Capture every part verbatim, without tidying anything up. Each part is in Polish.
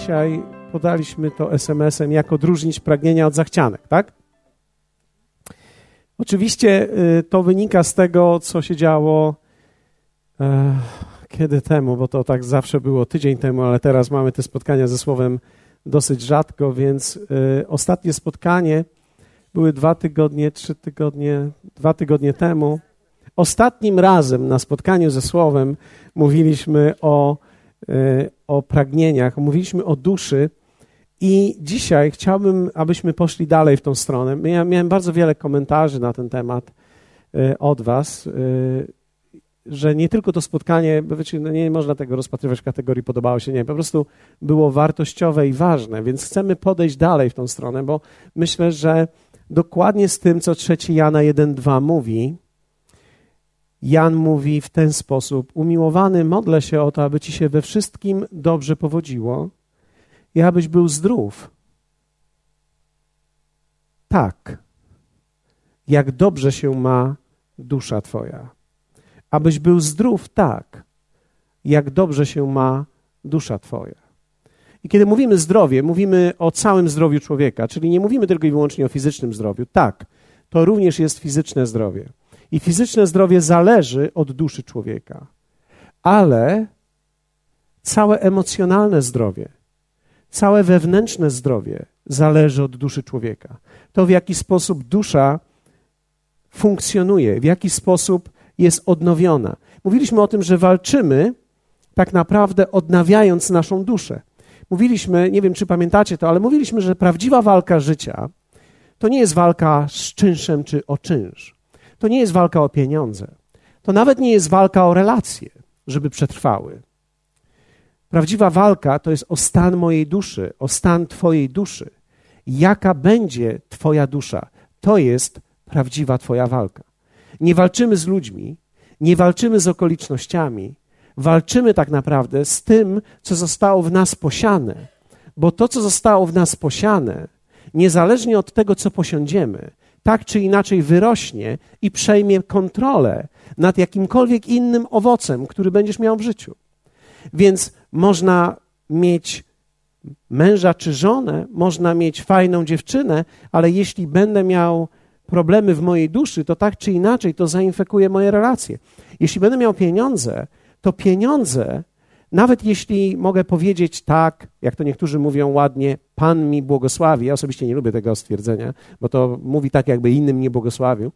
dzisiaj podaliśmy to es em esem, jak odróżnić pragnienia od zachcianek, tak? Oczywiście to wynika z tego, co się działo e, kiedy temu, bo to tak zawsze było tydzień temu, ale teraz mamy te spotkania ze Słowem dosyć rzadko, więc e, ostatnie spotkanie były dwa tygodnie, trzy tygodnie, dwa tygodnie temu. Ostatnim razem na spotkaniu ze Słowem mówiliśmy o, e, o pragnieniach, mówiliśmy o duszy. I dzisiaj chciałbym, abyśmy poszli dalej w tą stronę. Ja miałem bardzo wiele komentarzy na ten temat y, od was, y, że nie tylko to spotkanie, bo wiecie, no nie można tego rozpatrywać w kategorii podobało się, nie, po prostu było wartościowe i ważne, więc chcemy podejść dalej w tą stronę, bo myślę, że dokładnie z tym, co trzeci Jana jeden dwa mówi, Jan mówi w ten sposób: umiłowany, modlę się o to, aby ci się we wszystkim dobrze powodziło i abyś był zdrów. Tak, jak dobrze się ma dusza twoja. Abyś był zdrów tak, jak dobrze się ma dusza twoja. I kiedy mówimy zdrowie, mówimy o całym zdrowiu człowieka, czyli nie mówimy tylko i wyłącznie o fizycznym zdrowiu. Tak, to również jest fizyczne zdrowie. I fizyczne zdrowie zależy od duszy człowieka. Ale całe emocjonalne zdrowie, całe wewnętrzne zdrowie zależy od duszy człowieka. To, w jaki sposób dusza funkcjonuje, w jaki sposób jest odnowiona. Mówiliśmy o tym, że walczymy tak naprawdę odnawiając naszą duszę. Mówiliśmy, nie wiem czy pamiętacie to, ale mówiliśmy, że prawdziwa walka życia to nie jest walka z czynszem czy o czynsz. To nie jest walka o pieniądze. To nawet nie jest walka o relacje, żeby przetrwały. Prawdziwa walka to jest o stan mojej duszy, o stan twojej duszy. Jaka będzie twoja dusza? To jest prawdziwa twoja walka. Nie walczymy z ludźmi, nie walczymy z okolicznościami, walczymy tak naprawdę z tym, co zostało w nas posiane. Bo to, co zostało w nas posiane, niezależnie od tego, co posiądziemy, tak czy inaczej wyrośnie i przejmie kontrolę nad jakimkolwiek innym owocem, który będziesz miał w życiu. Więc można mieć męża czy żonę, można mieć fajną dziewczynę, ale jeśli będę miał problemy w mojej duszy, to tak czy inaczej to zainfekuje moje relacje. Jeśli będę miał pieniądze, to pieniądze, nawet jeśli mogę powiedzieć tak, jak to niektórzy mówią ładnie, Pan mi błogosławi, ja osobiście nie lubię tego stwierdzenia, bo to mówi tak, jakby innym nie błogosławił.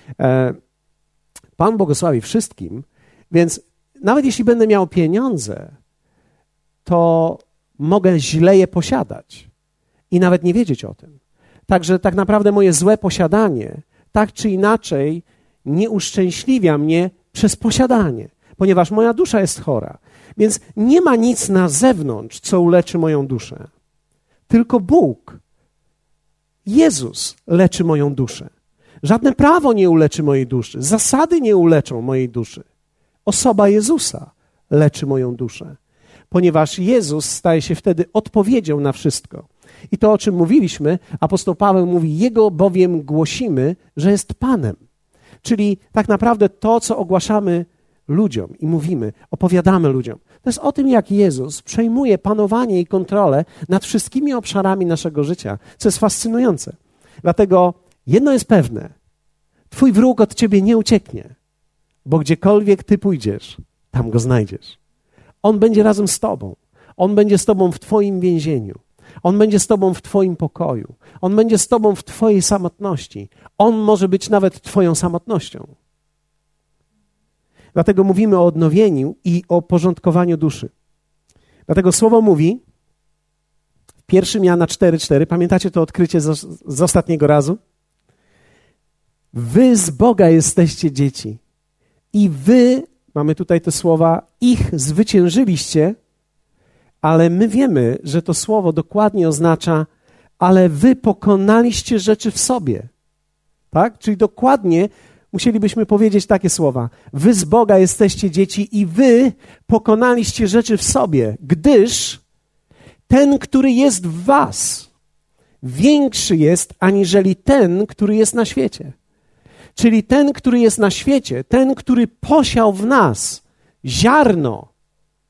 Pan błogosławi wszystkim, więc nawet jeśli będę miał pieniądze, to mogę źle je posiadać i nawet nie wiedzieć o tym. Także tak naprawdę moje złe posiadanie tak czy inaczej nie uszczęśliwia mnie przez posiadanie, ponieważ moja dusza jest chora. Więc nie ma nic na zewnątrz, co uleczy moją duszę. Tylko Bóg, Jezus leczy moją duszę. Żadne prawo nie uleczy mojej duszy. Zasady nie uleczą mojej duszy. Osoba Jezusa leczy moją duszę, ponieważ Jezus staje się wtedy odpowiedzią na wszystko. I to, o czym mówiliśmy, apostoł Paweł mówi, Jego bowiem głosimy, że jest Panem. Czyli tak naprawdę to, co ogłaszamy ludziom i mówimy, opowiadamy ludziom, to jest o tym, jak Jezus przejmuje panowanie i kontrolę nad wszystkimi obszarami naszego życia, co jest fascynujące. Dlatego jedno jest pewne, twój wróg od ciebie nie ucieknie, bo gdziekolwiek ty pójdziesz, tam go znajdziesz. On będzie razem z tobą. On będzie z tobą w twoim więzieniu. On będzie z tobą w twoim pokoju. On będzie z tobą w twojej samotności. On może być nawet twoją samotnością. Dlatego mówimy o odnowieniu i o porządkowaniu duszy. Dlatego Słowo mówi w pierwszym Jana cztery cztery, pamiętacie to odkrycie z, z ostatniego razu? Wy z Boga jesteście dzieci i wy, mamy tutaj te słowa, ich zwyciężyliście, ale my wiemy, że to słowo dokładnie oznacza, ale wy pokonaliście rzeczy w sobie. Tak? Czyli dokładnie musielibyśmy powiedzieć takie słowa. Wy z Boga jesteście dzieci i wy pokonaliście rzeczy w sobie, gdyż ten, który jest w was, większy jest aniżeli ten, który jest na świecie. Czyli ten, który jest na świecie, ten, który posiał w nas ziarno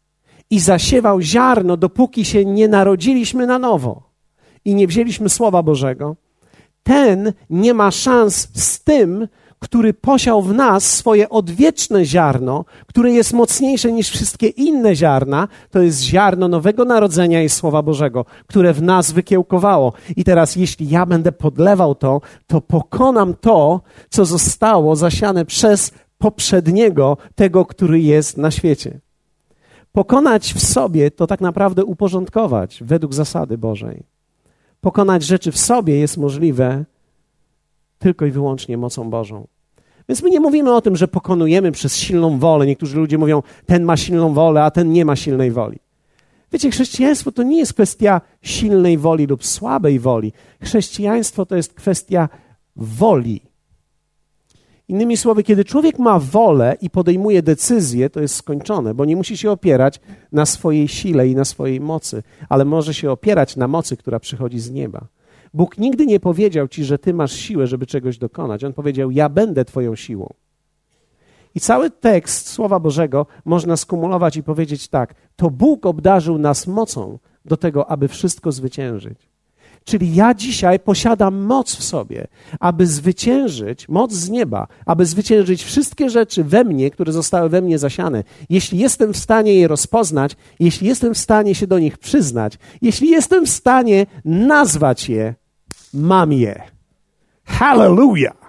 i zasiewał ziarno, dopóki się nie narodziliśmy na nowo i nie wzięliśmy Słowa Bożego, ten nie ma szans z tym, który posiał w nas swoje odwieczne ziarno, które jest mocniejsze niż wszystkie inne ziarna. To jest ziarno nowego narodzenia i Słowa Bożego, które w nas wykiełkowało. I teraz, jeśli ja będę podlewał to, to pokonam to, co zostało zasiane przez poprzedniego, tego, który jest na świecie. Pokonać w sobie to tak naprawdę uporządkować według zasady Bożej. Pokonać rzeczy w sobie jest możliwe tylko i wyłącznie mocą Bożą. Więc my nie mówimy o tym, że pokonujemy przez silną wolę. Niektórzy ludzie mówią, ten ma silną wolę, a ten nie ma silnej woli. Wiecie, chrześcijaństwo to nie jest kwestia silnej woli lub słabej woli. Chrześcijaństwo to jest kwestia woli. Innymi słowy, kiedy człowiek ma wolę i podejmuje decyzję, to jest skończone, bo nie musi się opierać na swojej sile i na swojej mocy, ale może się opierać na mocy, która przychodzi z nieba. Bóg nigdy nie powiedział ci, że ty masz siłę, żeby czegoś dokonać. On powiedział, ja będę twoją siłą. I cały tekst Słowa Bożego można skumulować i powiedzieć tak, to Bóg obdarzył nas mocą do tego, aby wszystko zwyciężyć. Czyli ja dzisiaj posiadam moc w sobie, aby zwyciężyć, moc z nieba, aby zwyciężyć wszystkie rzeczy we mnie, które zostały we mnie zasiane. Jeśli jestem w stanie je rozpoznać, jeśli jestem w stanie się do nich przyznać, jeśli jestem w stanie nazwać je, mam je. Hallelujah!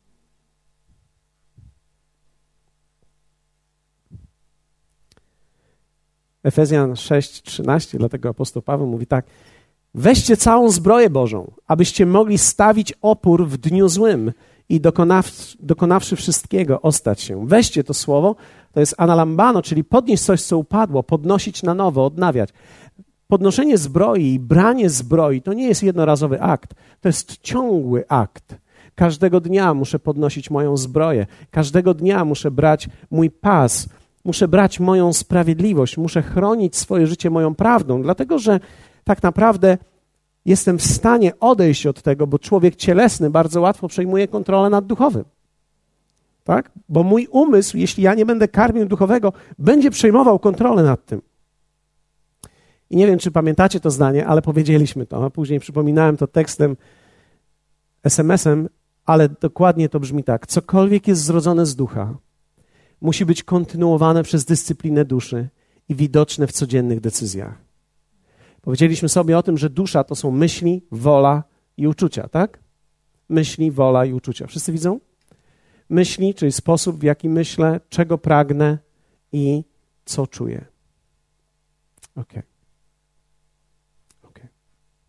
Efezjan sześć trzynaście, dlatego apostoł Paweł mówi tak, weźcie całą zbroję Bożą, abyście mogli stawić opór w dniu złym i dokonawszy, dokonawszy wszystkiego, ostać się. Weźcie to słowo, to jest analambano, czyli podnieść coś, co upadło, podnosić na nowo, odnawiać. Podnoszenie zbroi i branie zbroi to nie jest jednorazowy akt, to jest ciągły akt. Każdego dnia muszę podnosić moją zbroję, każdego dnia muszę brać mój pas, muszę brać moją sprawiedliwość, muszę chronić swoje życie moją prawdą, dlatego że tak naprawdę jestem w stanie odejść od tego, bo człowiek cielesny bardzo łatwo przejmuje kontrolę nad duchowym. Tak? Bo mój umysł, jeśli ja nie będę karmił duchowego, będzie przejmował kontrolę nad tym. I nie wiem, czy pamiętacie to zdanie, ale powiedzieliśmy to, a później przypominałem to tekstem, es em esem, ale dokładnie to brzmi tak. Cokolwiek jest zrodzone z ducha, musi być kontynuowane przez dyscyplinę duszy i widoczne w codziennych decyzjach. Powiedzieliśmy sobie o tym, że dusza to są myśli, wola i uczucia, tak? Myśli, wola i uczucia. Wszyscy widzą? Myśli, czyli sposób, w jaki myślę, czego pragnę i co czuję. Okej. Okej.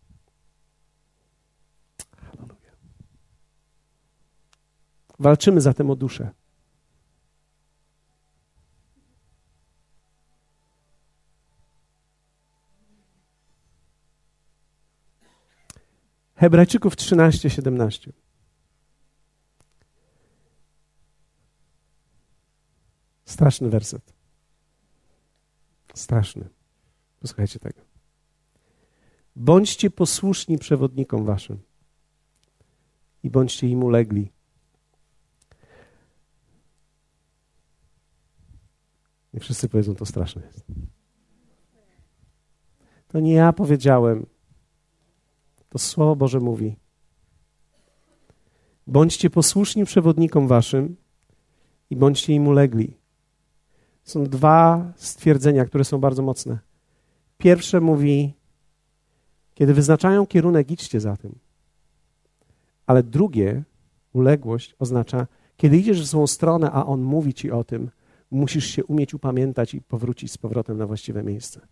Halleluja. Walczymy zatem o duszę. Hebrajczyków trzynaście siedemnaście. Straszny werset. Straszny. Posłuchajcie tego. Bądźcie posłuszni przewodnikom waszym i bądźcie im ulegli. I wszyscy powiedzą, to straszne jest. To nie ja powiedziałem. To Słowo Boże mówi. Bądźcie posłuszni przewodnikom waszym i bądźcie im ulegli. Są dwa stwierdzenia, które są bardzo mocne. Pierwsze mówi, kiedy wyznaczają kierunek, idźcie za tym. Ale drugie, uległość, oznacza, kiedy idziesz w złą stronę, a on mówi ci o tym, musisz się umieć upamiętać i powrócić z powrotem na właściwe miejsce.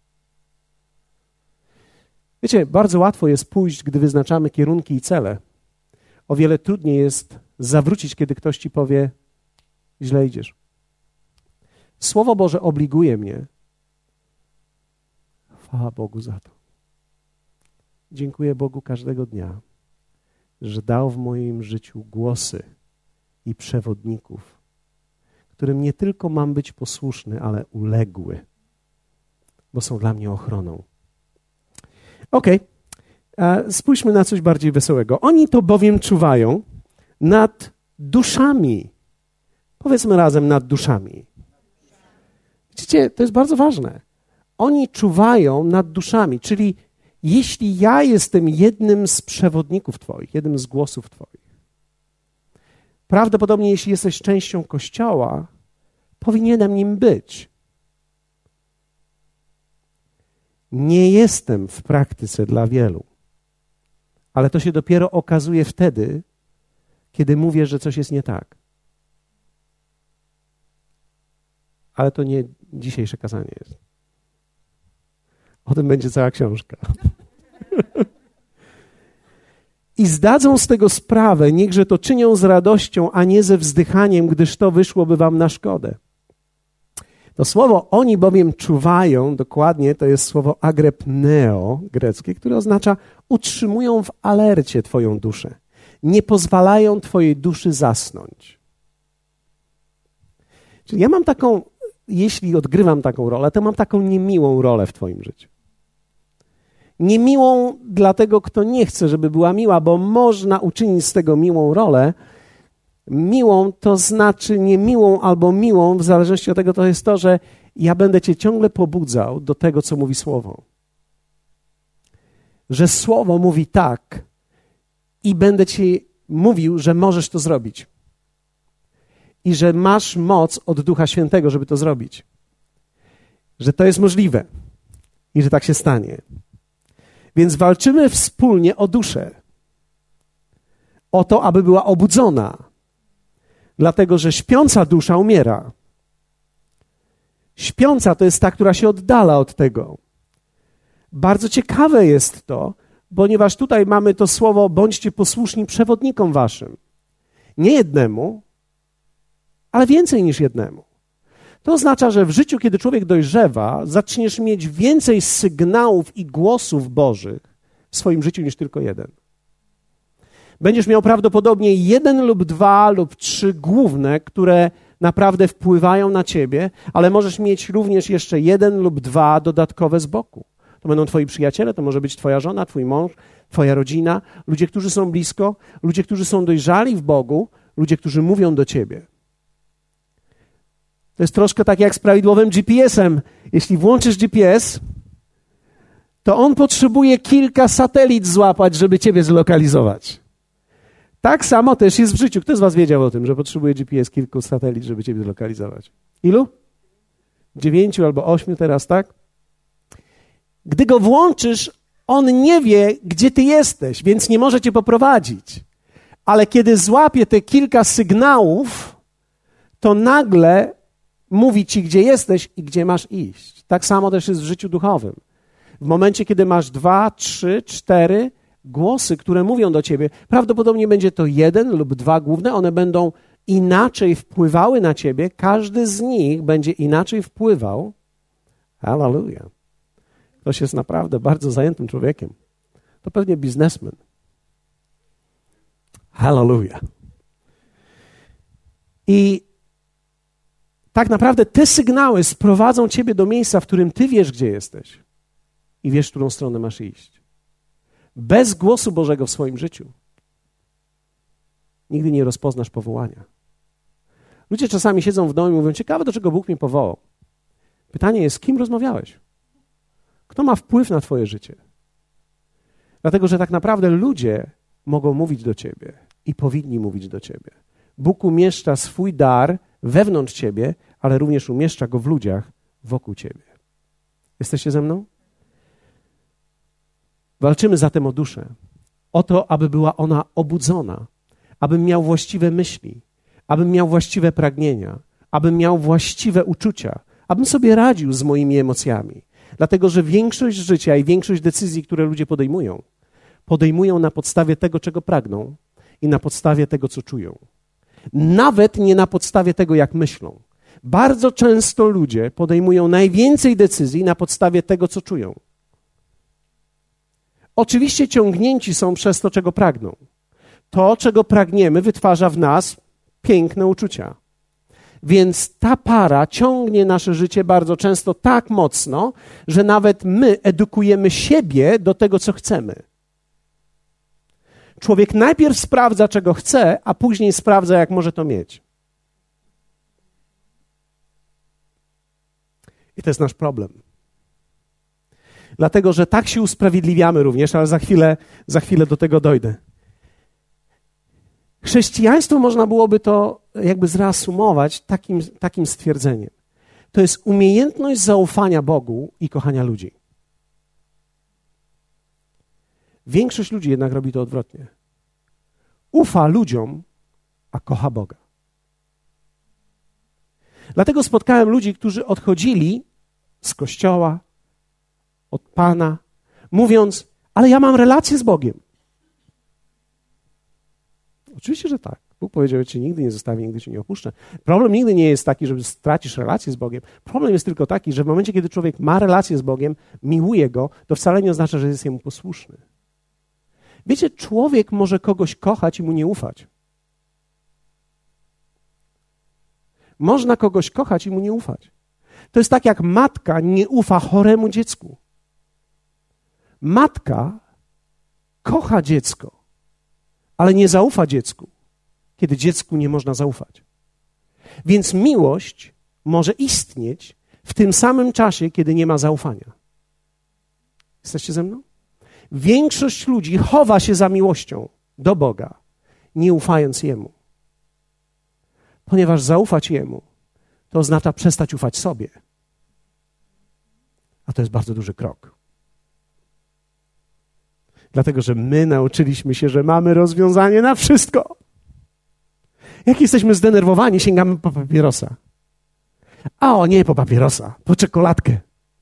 Wiecie, bardzo łatwo jest pójść, gdy wyznaczamy kierunki i cele. O wiele trudniej jest zawrócić, kiedy ktoś ci powie, źle idziesz. Słowo Boże obliguje mnie. Chwała Bogu za to. Dziękuję Bogu każdego dnia, że dał w moim życiu głosy i przewodników, którym nie tylko mam być posłuszny, ale uległy, bo są dla mnie ochroną. Okej, okay. Spójrzmy na coś bardziej wesołego. Oni to bowiem czuwają nad duszami. Powiedzmy razem nad duszami. Widzicie, to jest bardzo ważne. oni czuwają nad duszami, czyli jeśli ja jestem jednym z przewodników Twoich, jednym z głosów Twoich, prawdopodobnie jeśli jesteś częścią Kościoła, powinienem nim być. Nie jestem w praktyce dla wielu, ale to się dopiero okazuje wtedy, kiedy mówię, że coś jest nie tak. Ale to nie dzisiejsze kazanie jest. O tym będzie cała książka. I zdadzą z tego sprawę, niechże to czynią z radością, a nie ze wzdychaniem, gdyż to wyszłoby wam na szkodę. To słowo oni bowiem czuwają, dokładnie to jest słowo agrepneo greckie, które oznacza utrzymują w alercie twoją duszę. Nie pozwalają twojej duszy zasnąć. Czyli ja mam taką, jeśli odgrywam taką rolę, to mam taką niemiłą rolę w twoim życiu. Niemiłą dla tego, kto nie chce, żeby była miła, bo można uczynić z tego miłą rolę. Miłą to znaczy niemiłą albo miłą, w zależności od tego to jest to, że ja będę cię ciągle pobudzał do tego, co mówi Słowo. Że Słowo mówi tak i będę ci mówił, że możesz to zrobić. I że masz moc od Ducha Świętego, żeby to zrobić. Że to jest możliwe i że tak się stanie. Więc walczymy wspólnie o duszę. O to, aby była obudzona. Dlatego, że śpiąca dusza umiera. Śpiąca to jest ta, która się oddala od tego. Bardzo ciekawe jest to, ponieważ tutaj mamy to słowo bądźcie posłuszni przewodnikom waszym. Nie jednemu, ale więcej niż jednemu. To oznacza, że w życiu, kiedy człowiek dojrzewa, zaczniesz mieć więcej sygnałów i głosów Bożych w swoim życiu niż tylko jeden. Będziesz miał prawdopodobnie jeden lub dwa lub trzy główne, które naprawdę wpływają na ciebie, ale możesz mieć również jeszcze jeden lub dwa dodatkowe z boku. To będą twoi przyjaciele, to może być twoja żona, twój mąż, twoja rodzina, ludzie, którzy są blisko, ludzie, którzy są dojrzali w Bogu, ludzie, którzy mówią do ciebie. To jest troszkę tak jak z prawidłowym G P S-em. Jeśli włączysz G P S, to on potrzebuje kilka satelit złapać, żeby ciebie zlokalizować. Tak samo też jest w życiu. Kto z was wiedział o tym, że potrzebuje G P S kilku satelit, żeby ciebie zlokalizować? Ilu? Dziewięciu albo ośmiu teraz, tak? Gdy go włączysz, on nie wie, gdzie ty jesteś, więc nie może cię poprowadzić. Ale kiedy złapie te kilka sygnałów, to nagle mówi ci, gdzie jesteś i gdzie masz iść. Tak samo też jest w życiu duchowym. W momencie, kiedy masz dwa, trzy, cztery głosy, które mówią do ciebie, prawdopodobnie będzie to jeden lub dwa główne, one będą inaczej wpływały na ciebie, każdy z nich będzie inaczej wpływał. Hallelujah. Ktoś jest naprawdę bardzo zajętym człowiekiem. To pewnie biznesmen. Hallelujah. I tak naprawdę te sygnały sprowadzą ciebie do miejsca, w którym ty wiesz, gdzie jesteś i wiesz, w którą stronę masz iść. Bez głosu Bożego w swoim życiu nigdy nie rozpoznasz powołania. Ludzie czasami siedzą w domu i mówią, ciekawe, do czego Bóg mnie powołał. Pytanie jest, z kim rozmawiałeś? Kto ma wpływ na twoje życie? Dlatego, że tak naprawdę ludzie mogą mówić do ciebie i powinni mówić do ciebie. Bóg umieszcza swój dar wewnątrz ciebie, ale również umieszcza go w ludziach wokół ciebie. Jesteście ze mną? Walczymy zatem o duszę, o to, aby była ona obudzona, abym miał właściwe myśli, abym miał właściwe pragnienia, abym miał właściwe uczucia, abym sobie radził z moimi emocjami. Dlatego, że większość życia i większość decyzji, które ludzie podejmują, podejmują na podstawie tego, czego pragną i na podstawie tego, co czują. Nawet nie na podstawie tego, jak myślą. Bardzo często ludzie podejmują najwięcej decyzji na podstawie tego, co czują. Oczywiście ciągnięci są przez to, czego pragną. To, czego pragniemy, wytwarza w nas piękne uczucia. Więc ta para ciągnie nasze życie bardzo często tak mocno, że nawet my edukujemy siebie do tego, co chcemy. Człowiek najpierw sprawdza, czego chce, a później sprawdza, jak może to mieć. I to jest nasz problem. Dlatego, że tak się usprawiedliwiamy również, ale za chwilę, za chwilę do tego dojdę. Chrześcijaństwo można byłoby to jakby zreasumować takim, takim stwierdzeniem. To jest umiejętność zaufania Bogu i kochania ludzi. Większość ludzi jednak robi to odwrotnie. Ufa ludziom, a kocha Boga. Dlatego spotkałem ludzi, którzy odchodzili z Kościoła, od Pana, mówiąc, ale ja mam relację z Bogiem. Oczywiście, że tak. Bóg powiedział, że cię nigdy nie zostawi, nigdy cię nie opuszczę. Problem nigdy nie jest taki, że stracisz relację z Bogiem. Problem jest tylko taki, że w momencie, kiedy człowiek ma relację z Bogiem, miłuje Go, to wcale nie oznacza, że jest Jemu posłuszny. Wiecie, człowiek może kogoś kochać i mu nie ufać. Można kogoś kochać i mu nie ufać. To jest tak, jak matka nie ufa choremu dziecku. Matka kocha dziecko, ale nie zaufa dziecku, kiedy dziecku nie można zaufać. Więc miłość może istnieć w tym samym czasie, kiedy nie ma zaufania. Jesteście ze mną? Większość ludzi chowa się za miłością do Boga, nie ufając Jemu. Ponieważ zaufać Jemu to oznacza przestać ufać sobie. A to jest bardzo duży krok. Dlatego, że my nauczyliśmy się, że mamy rozwiązanie na wszystko. Jak jesteśmy zdenerwowani, sięgamy po papierosa. A o nie, po papierosa, po czekoladkę.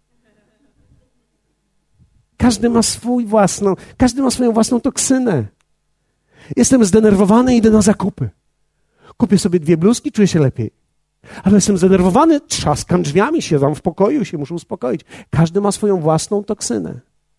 Każdy ma swój własną, każdy ma swoją własną toksynę. Jestem zdenerwowany, idę na zakupy. Kupię sobie dwie bluzki, czuję się lepiej. Ale jestem zdenerwowany, trzaskam drzwiami, siedzam w pokoju, się muszę uspokoić. Każdy ma swoją własną toksynę.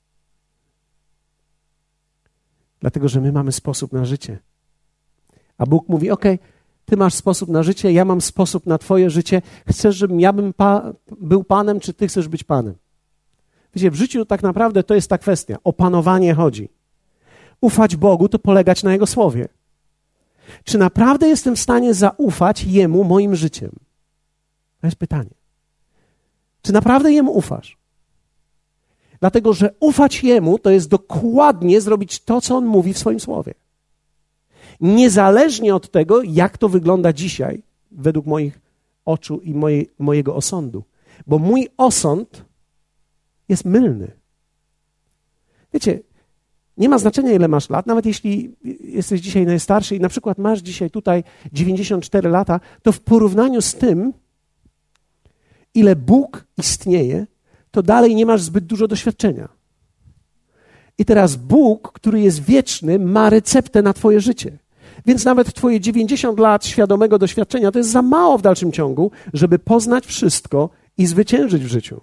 Dlatego, że my mamy sposób na życie. A Bóg mówi, okej, okay, ty masz sposób na życie, ja mam sposób na twoje życie. Chcesz, żebym ja bym pa- był Panem, czy ty chcesz być Panem? Wiecie, w życiu tak naprawdę to jest ta kwestia. O panowanie chodzi. Ufać Bogu to polegać na Jego słowie. Czy naprawdę jestem w stanie zaufać Jemu moim życiem? To jest pytanie. Czy naprawdę Jemu ufasz? Dlatego, że ufać Jemu to jest dokładnie zrobić to, co On mówi w swoim słowie. Niezależnie od tego, jak to wygląda dzisiaj, według moich oczu i mojej, mojego osądu. Bo mój osąd jest mylny. Wiecie, nie ma znaczenia, ile masz lat, nawet jeśli jesteś dzisiaj najstarszy i na przykład masz dzisiaj tutaj dziewięćdziesiąt cztery lata, to w porównaniu z tym, ile Bóg istnieje, to dalej nie masz zbyt dużo doświadczenia. I teraz Bóg, który jest wieczny, ma receptę na twoje życie. Więc nawet twoje dziewięćdziesiąt lat świadomego doświadczenia to jest za mało w dalszym ciągu, żeby poznać wszystko i zwyciężyć w życiu.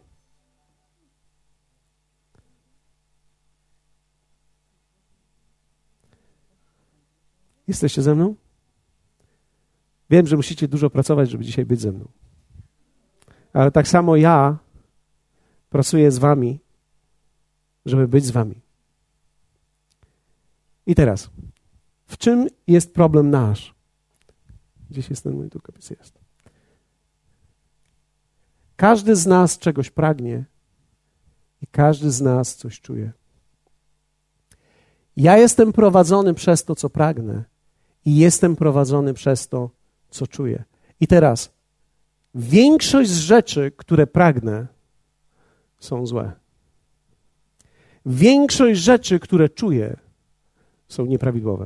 Jesteście ze mną? Wiem, że musicie dużo pracować, żeby dzisiaj być ze mną. Ale tak samo ja pracuję z wami, żeby być z wami. I teraz, w czym jest problem nasz? Gdzieś jest ten mój długopis? Jest. Każdy z nas czegoś pragnie i każdy z nas coś czuje. Ja jestem prowadzony przez to, co pragnę i jestem prowadzony przez to, co czuję. I teraz, większość z rzeczy, które pragnę, są złe. Większość rzeczy, które czuję, są nieprawidłowe.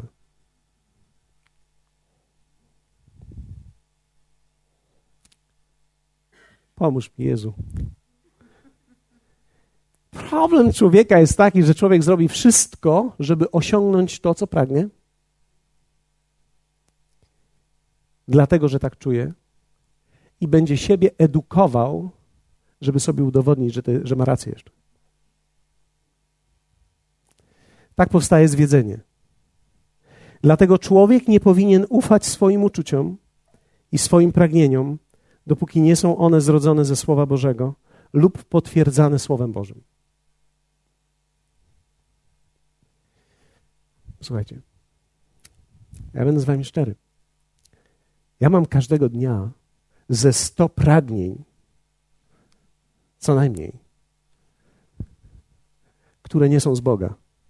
Pomóż mi, Jezu. Problem człowieka jest taki, że człowiek zrobi wszystko, żeby osiągnąć to, co pragnie. Dlatego, że tak czuje. I będzie siebie edukował, żeby sobie udowodnić, że, te, że ma rację jeszcze. Tak powstaje zwiedzenie. Dlatego człowiek nie powinien ufać swoim uczuciom i swoim pragnieniom, dopóki nie są one zrodzone ze Słowa Bożego lub potwierdzane Słowem Bożym. Słuchajcie, ja będę z wami szczery. Ja mam każdego dnia ze sto pragnień, co najmniej, które nie są z Boga.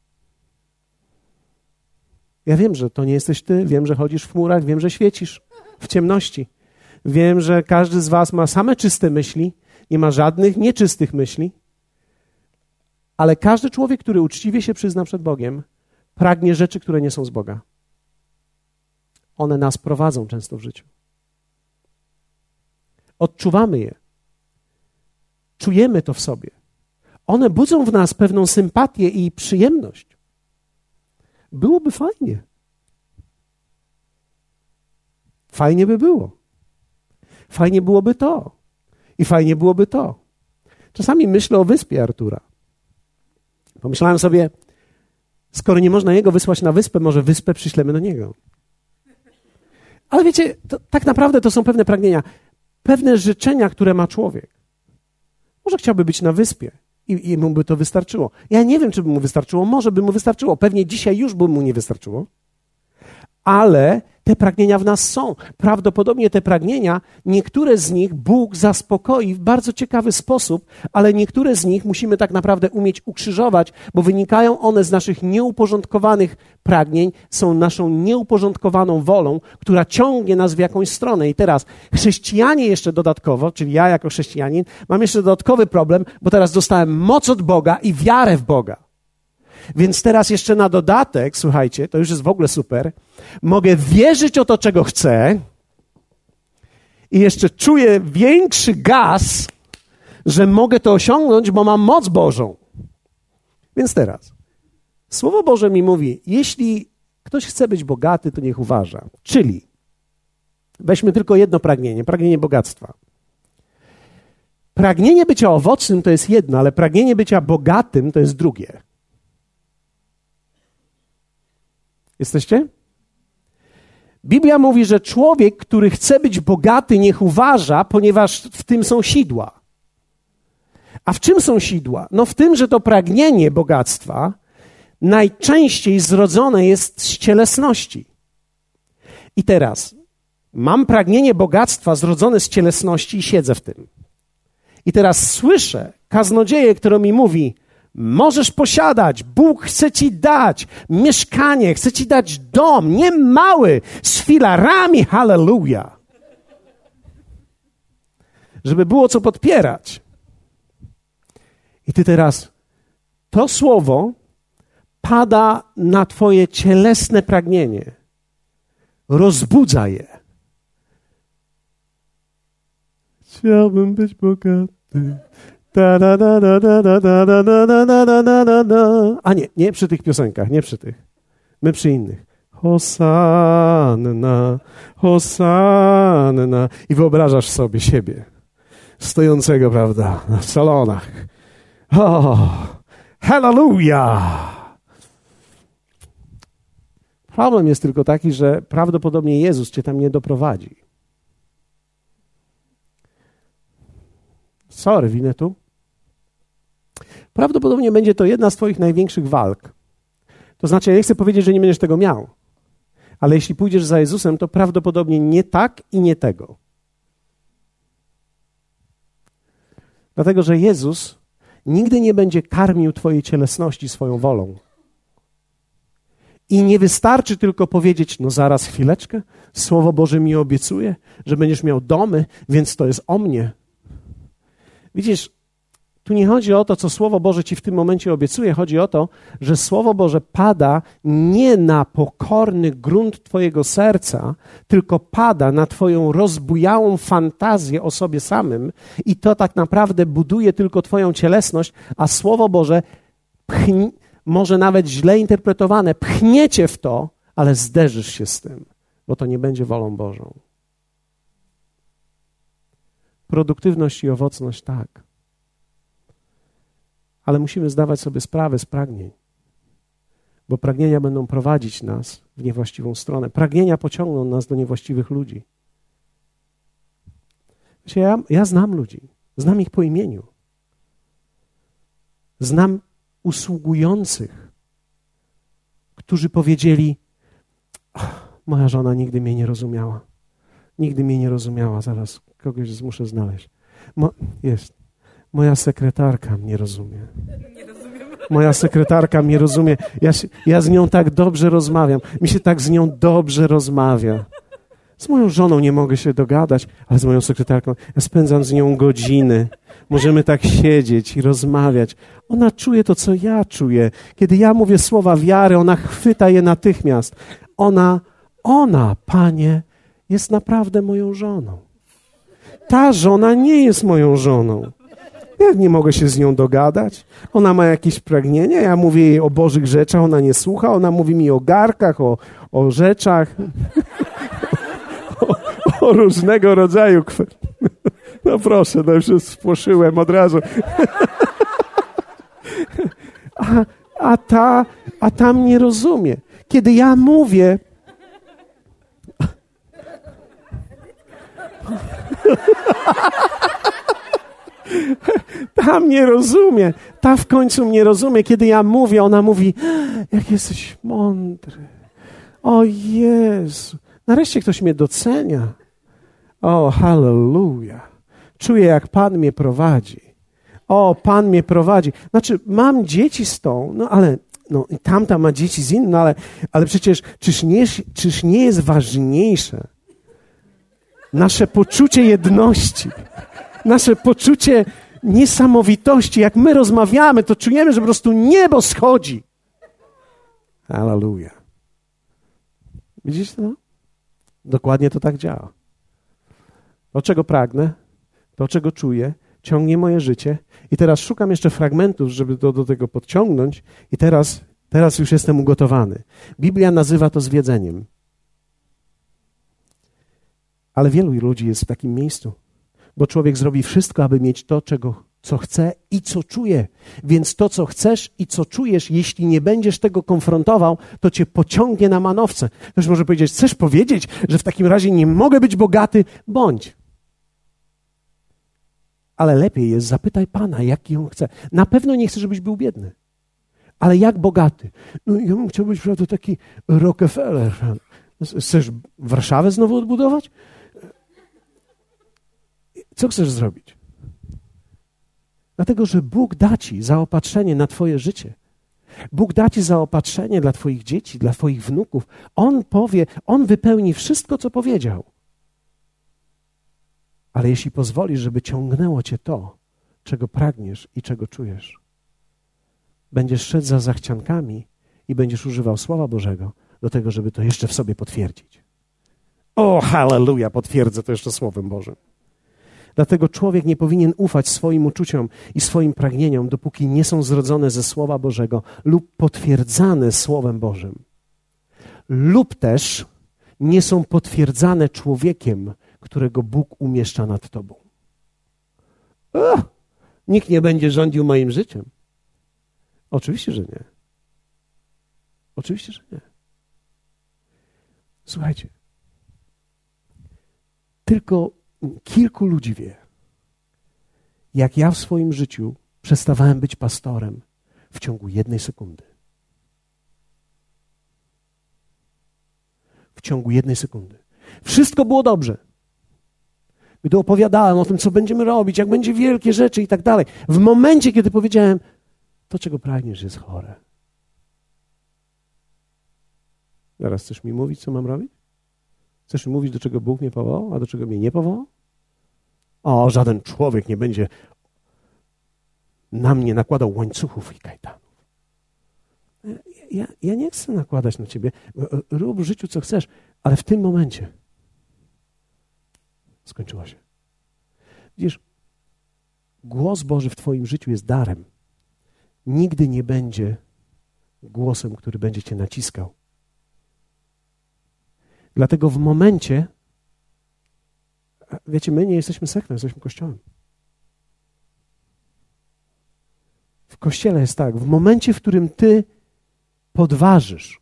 Ja wiem, że to nie jesteś ty, wiem, że chodzisz w chmurach, wiem, że świecisz w ciemności. Wiem, że każdy z was ma same czyste myśli, nie ma żadnych nieczystych myśli, ale każdy człowiek, który uczciwie się przyzna przed Bogiem, pragnie rzeczy, które nie są z Boga. One nas prowadzą często w życiu. Odczuwamy je. Czujemy to w sobie. One budzą w nas pewną sympatię i przyjemność. Byłoby fajnie. Fajnie by było. Fajnie byłoby to. I fajnie byłoby to. Czasami myślę o wyspie Artura. Pomyślałem sobie, skoro nie można jego wysłać na wyspę, może wyspę przyślemy do niego. Ale wiecie, to, tak naprawdę to są pewne pragnienia, pewne życzenia, które ma człowiek. Może chciałby być na wyspie i, i mu by to wystarczyło. Ja nie wiem, czy by mu wystarczyło, może by mu wystarczyło. Pewnie dzisiaj już by mu nie wystarczyło. Ale te pragnienia w nas są. Prawdopodobnie te pragnienia, niektóre z nich Bóg zaspokoi w bardzo ciekawy sposób, ale niektóre z nich musimy tak naprawdę umieć ukrzyżować, bo wynikają one z naszych nieuporządkowanych pragnień, są naszą nieuporządkowaną wolą, która ciągnie nas w jakąś stronę. I teraz chrześcijanie jeszcze dodatkowo, czyli ja jako chrześcijanin, mam jeszcze dodatkowy problem, bo teraz dostałem moc od Boga i wiarę w Boga. Więc teraz jeszcze na dodatek, słuchajcie, to już jest w ogóle super, mogę wierzyć o to, czego chcę i jeszcze czuję większy gaz, że mogę to osiągnąć, bo mam moc Bożą. Więc teraz, Słowo Boże mi mówi, jeśli ktoś chce być bogaty, to niech uważa. Czyli weźmy tylko jedno pragnienie, pragnienie bogactwa. Pragnienie bycia owocnym to jest jedno, ale pragnienie bycia bogatym to jest drugie. Jesteście? Biblia mówi, że człowiek, który chce być bogaty, niech uważa, ponieważ w tym są sidła. A w czym są sidła? No w tym, że to pragnienie bogactwa najczęściej zrodzone jest z cielesności. I teraz mam pragnienie bogactwa zrodzone z cielesności i siedzę w tym. I teraz słyszę kaznodzieję, która mi mówi, możesz posiadać, Bóg chce ci dać mieszkanie, chce ci dać dom, nie mały, z filarami, halleluja. Żeby było co podpierać. I ty teraz, to słowo pada na twoje cielesne pragnienie. Rozbudza je. Chciałbym być bogaty. Da, da, da, da, da, da, da, da, da, da, da, da. A nie, nie przy tych piosenkach, nie przy tych. My przy innych. Hosanna, Hosanna. I wyobrażasz sobie siebie, stojącego, prawda, na salonach. O, hallelujah! Problem jest tylko taki, że prawdopodobnie Jezus cię tam nie doprowadzi. Sorry, winę tu. Prawdopodobnie będzie to jedna z twoich największych walk. To znaczy, ja nie chcę powiedzieć, że nie będziesz tego miał, ale jeśli pójdziesz za Jezusem, to prawdopodobnie nie tak i nie tego. Dlatego, że Jezus nigdy nie będzie karmił twojej cielesności swoją wolą. I nie wystarczy tylko powiedzieć, no zaraz, chwileczkę, Słowo Boże mi obiecuje, że będziesz miał domy, więc to jest o mnie. Widzisz, tu nie chodzi o to, co Słowo Boże ci w tym momencie obiecuje. Chodzi o to, że Słowo Boże pada nie na pokorny grunt twojego serca, tylko pada na twoją rozbujałą fantazję o sobie samym i to tak naprawdę buduje tylko twoją cielesność, a Słowo Boże pchni, może nawet źle interpretowane, pchniecie w to, ale zderzysz się z tym, bo to nie będzie wolą Bożą. Produktywność i owocność tak. Ale musimy zdawać sobie sprawę z pragnień, bo pragnienia będą prowadzić nas w niewłaściwą stronę. Pragnienia pociągną nas do niewłaściwych ludzi. Wiecie, ja, ja znam ludzi, znam ich po imieniu. Znam usługujących, którzy powiedzieli, moja żona nigdy mnie nie rozumiała. Nigdy mnie nie rozumiała, zaraz kogoś muszę znaleźć. Mo, jest. Moja sekretarka mnie rozumie. Nie rozumiem. Moja sekretarka mnie rozumie. Ja, się, ja z nią tak dobrze rozmawiam. Mi się tak z nią dobrze rozmawia. Z moją żoną nie mogę się dogadać, ale z moją sekretarką ja spędzam z nią godziny. Możemy tak siedzieć i rozmawiać. Ona czuje to, co ja czuję. Kiedy ja mówię słowa wiary, ona chwyta je natychmiast. Ona, ona, Panie, jest naprawdę moją żoną. Ta żona nie jest moją żoną. Ja nie mogę się z nią dogadać. Ona ma jakieś pragnienia, ja mówię jej o Bożych rzeczach, ona nie słucha, ona mówi mi o garkach, o, o rzeczach, o, o różnego rodzaju kwestiach. No proszę, no już spłoszyłem od razu. A, a, ta, a ta mnie rozumie. Kiedy ja mówię... Ta mnie rozumie. Ta w końcu mnie rozumie. Kiedy ja mówię, ona mówi, jak jesteś mądry. O Jezu. Nareszcie ktoś mnie docenia. O, hallelujah. Czuję, jak Pan mnie prowadzi. O, Pan mnie prowadzi. Znaczy, mam dzieci z tą, no ale no, tamta ma dzieci z inną, no, ale, ale przecież czyż nie, czyż nie jest ważniejsze nasze poczucie jedności, nasze poczucie niesamowitości. Jak my rozmawiamy, to czujemy, że po prostu niebo schodzi. Hallelujah. Widzisz to? Dokładnie to tak działa. To, czego pragnę, to, czego czuję, ciągnie moje życie. I teraz szukam jeszcze fragmentów, żeby do, do tego podciągnąć. I teraz, teraz już jestem ugotowany. Biblia nazywa to zwiedzeniem. Ale wielu ludzi jest w takim miejscu. Bo człowiek zrobi wszystko, aby mieć to, czego, co chce i co czuje. Więc to, co chcesz i co czujesz, jeśli nie będziesz tego konfrontował, to cię pociągnie na manowce. Ktoś może powiedzieć, chcesz powiedzieć, że w takim razie nie mogę być bogaty? Bądź. Ale lepiej jest, zapytaj Pana, jaki on chce. Na pewno nie chce, żebyś był biedny. Ale jak bogaty? No ja bym chciał być, prawda, taki Rockefeller. Chcesz Warszawę znowu odbudować? Co chcesz zrobić? Dlatego, że Bóg da ci zaopatrzenie na twoje życie. Bóg da ci zaopatrzenie dla twoich dzieci, dla twoich wnuków. On powie, On wypełni wszystko, co powiedział. Ale jeśli pozwolisz, żeby ciągnęło cię to, czego pragniesz i czego czujesz, będziesz szedł za zachciankami i będziesz używał Słowa Bożego do tego, żeby to jeszcze w sobie potwierdzić. O, halleluja, potwierdzę to jeszcze Słowem Bożym. Dlatego człowiek nie powinien ufać swoim uczuciom i swoim pragnieniom, dopóki nie są zrodzone ze Słowa Bożego lub potwierdzane Słowem Bożym. Lub też nie są potwierdzane człowiekiem, którego Bóg umieszcza nad tobą. O, nikt nie będzie rządził moim życiem. Oczywiście, że nie. Oczywiście, że nie. Słuchajcie, tylko kilku ludzi wie, jak ja w swoim życiu przestawałem być pastorem w ciągu jednej sekundy. W ciągu jednej sekundy. Wszystko było dobrze. Gdy opowiadałem o tym, co będziemy robić, jak będzie wielkie rzeczy i tak dalej. W momencie, kiedy powiedziałem, to, czego pragniesz, jest chore. Zaraz chcesz mi mówić, co mam robić? Chcesz mi mówić, do czego Bóg mnie powołał, a do czego mnie nie powołał? O, żaden człowiek nie będzie na mnie nakładał łańcuchów i kajdanów. Ja, ja nie chcę nakładać na ciebie. Rób w życiu, co chcesz, ale w tym momencie skończyło się. Widzisz, głos Boży w twoim życiu jest darem. Nigdy nie będzie głosem, który będzie cię naciskał. Dlatego w momencie, wiecie, my nie jesteśmy sektą, jesteśmy Kościołem. W Kościele jest tak, w momencie, w którym ty podważysz,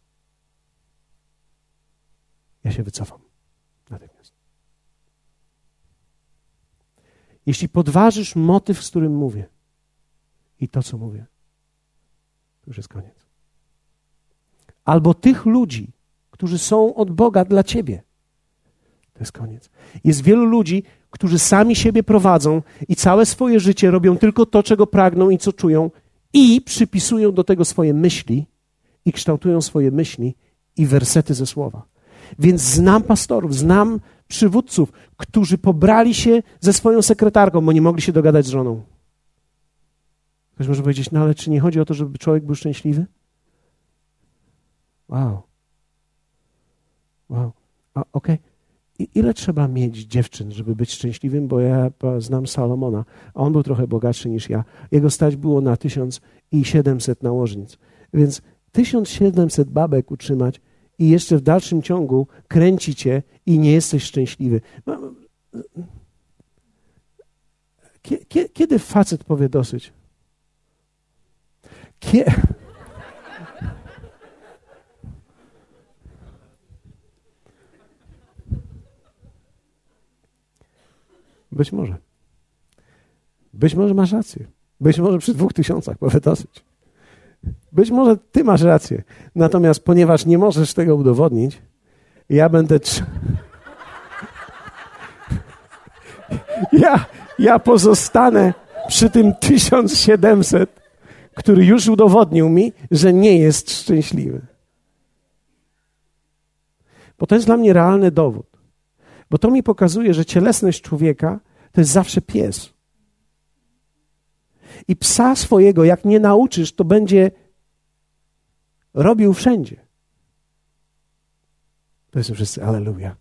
ja się wycofam natychmiast. Jeśli podważysz motyw, z którym mówię i to, co mówię, to już jest koniec. Albo tych ludzi, którzy są od Boga dla ciebie. To jest koniec. Jest wielu ludzi, którzy sami siebie prowadzą i całe swoje życie robią tylko to, czego pragną i co czują i przypisują do tego swoje myśli i kształtują swoje myśli i wersety ze słowa. Więc znam pastorów, znam przywódców, którzy pobrali się ze swoją sekretarką, bo nie mogli się dogadać z żoną. Ktoś może powiedzieć, no ale czy nie chodzi o to, żeby człowiek był szczęśliwy? Wow. Wow. A okej. Okay. I ile trzeba mieć dziewczyn, żeby być szczęśliwym? Bo ja znam Salomona, a on był trochę bogatszy niż ja. Jego stać było na tysiąc siedemset nałożnic. Więc tysiąc siedemset babek utrzymać i jeszcze w dalszym ciągu kręci cię i nie jesteś szczęśliwy. Kiedy facet powie dosyć? Kiedy... Być może. Być może masz rację. Być może przy dwóch tysiącach powie dosyć. Być może ty masz rację. Natomiast ponieważ nie możesz tego udowodnić, ja będę... Trz... ja, ja pozostanę przy tym tysiąc siedemset, który już udowodnił mi, że nie jest szczęśliwy. Bo to jest dla mnie realny dowód. Bo to mi pokazuje, że cielesność człowieka to jest zawsze pies. I psa swojego, jak nie nauczysz, to będzie robił wszędzie. Powiedzmy wszyscy, alleluja.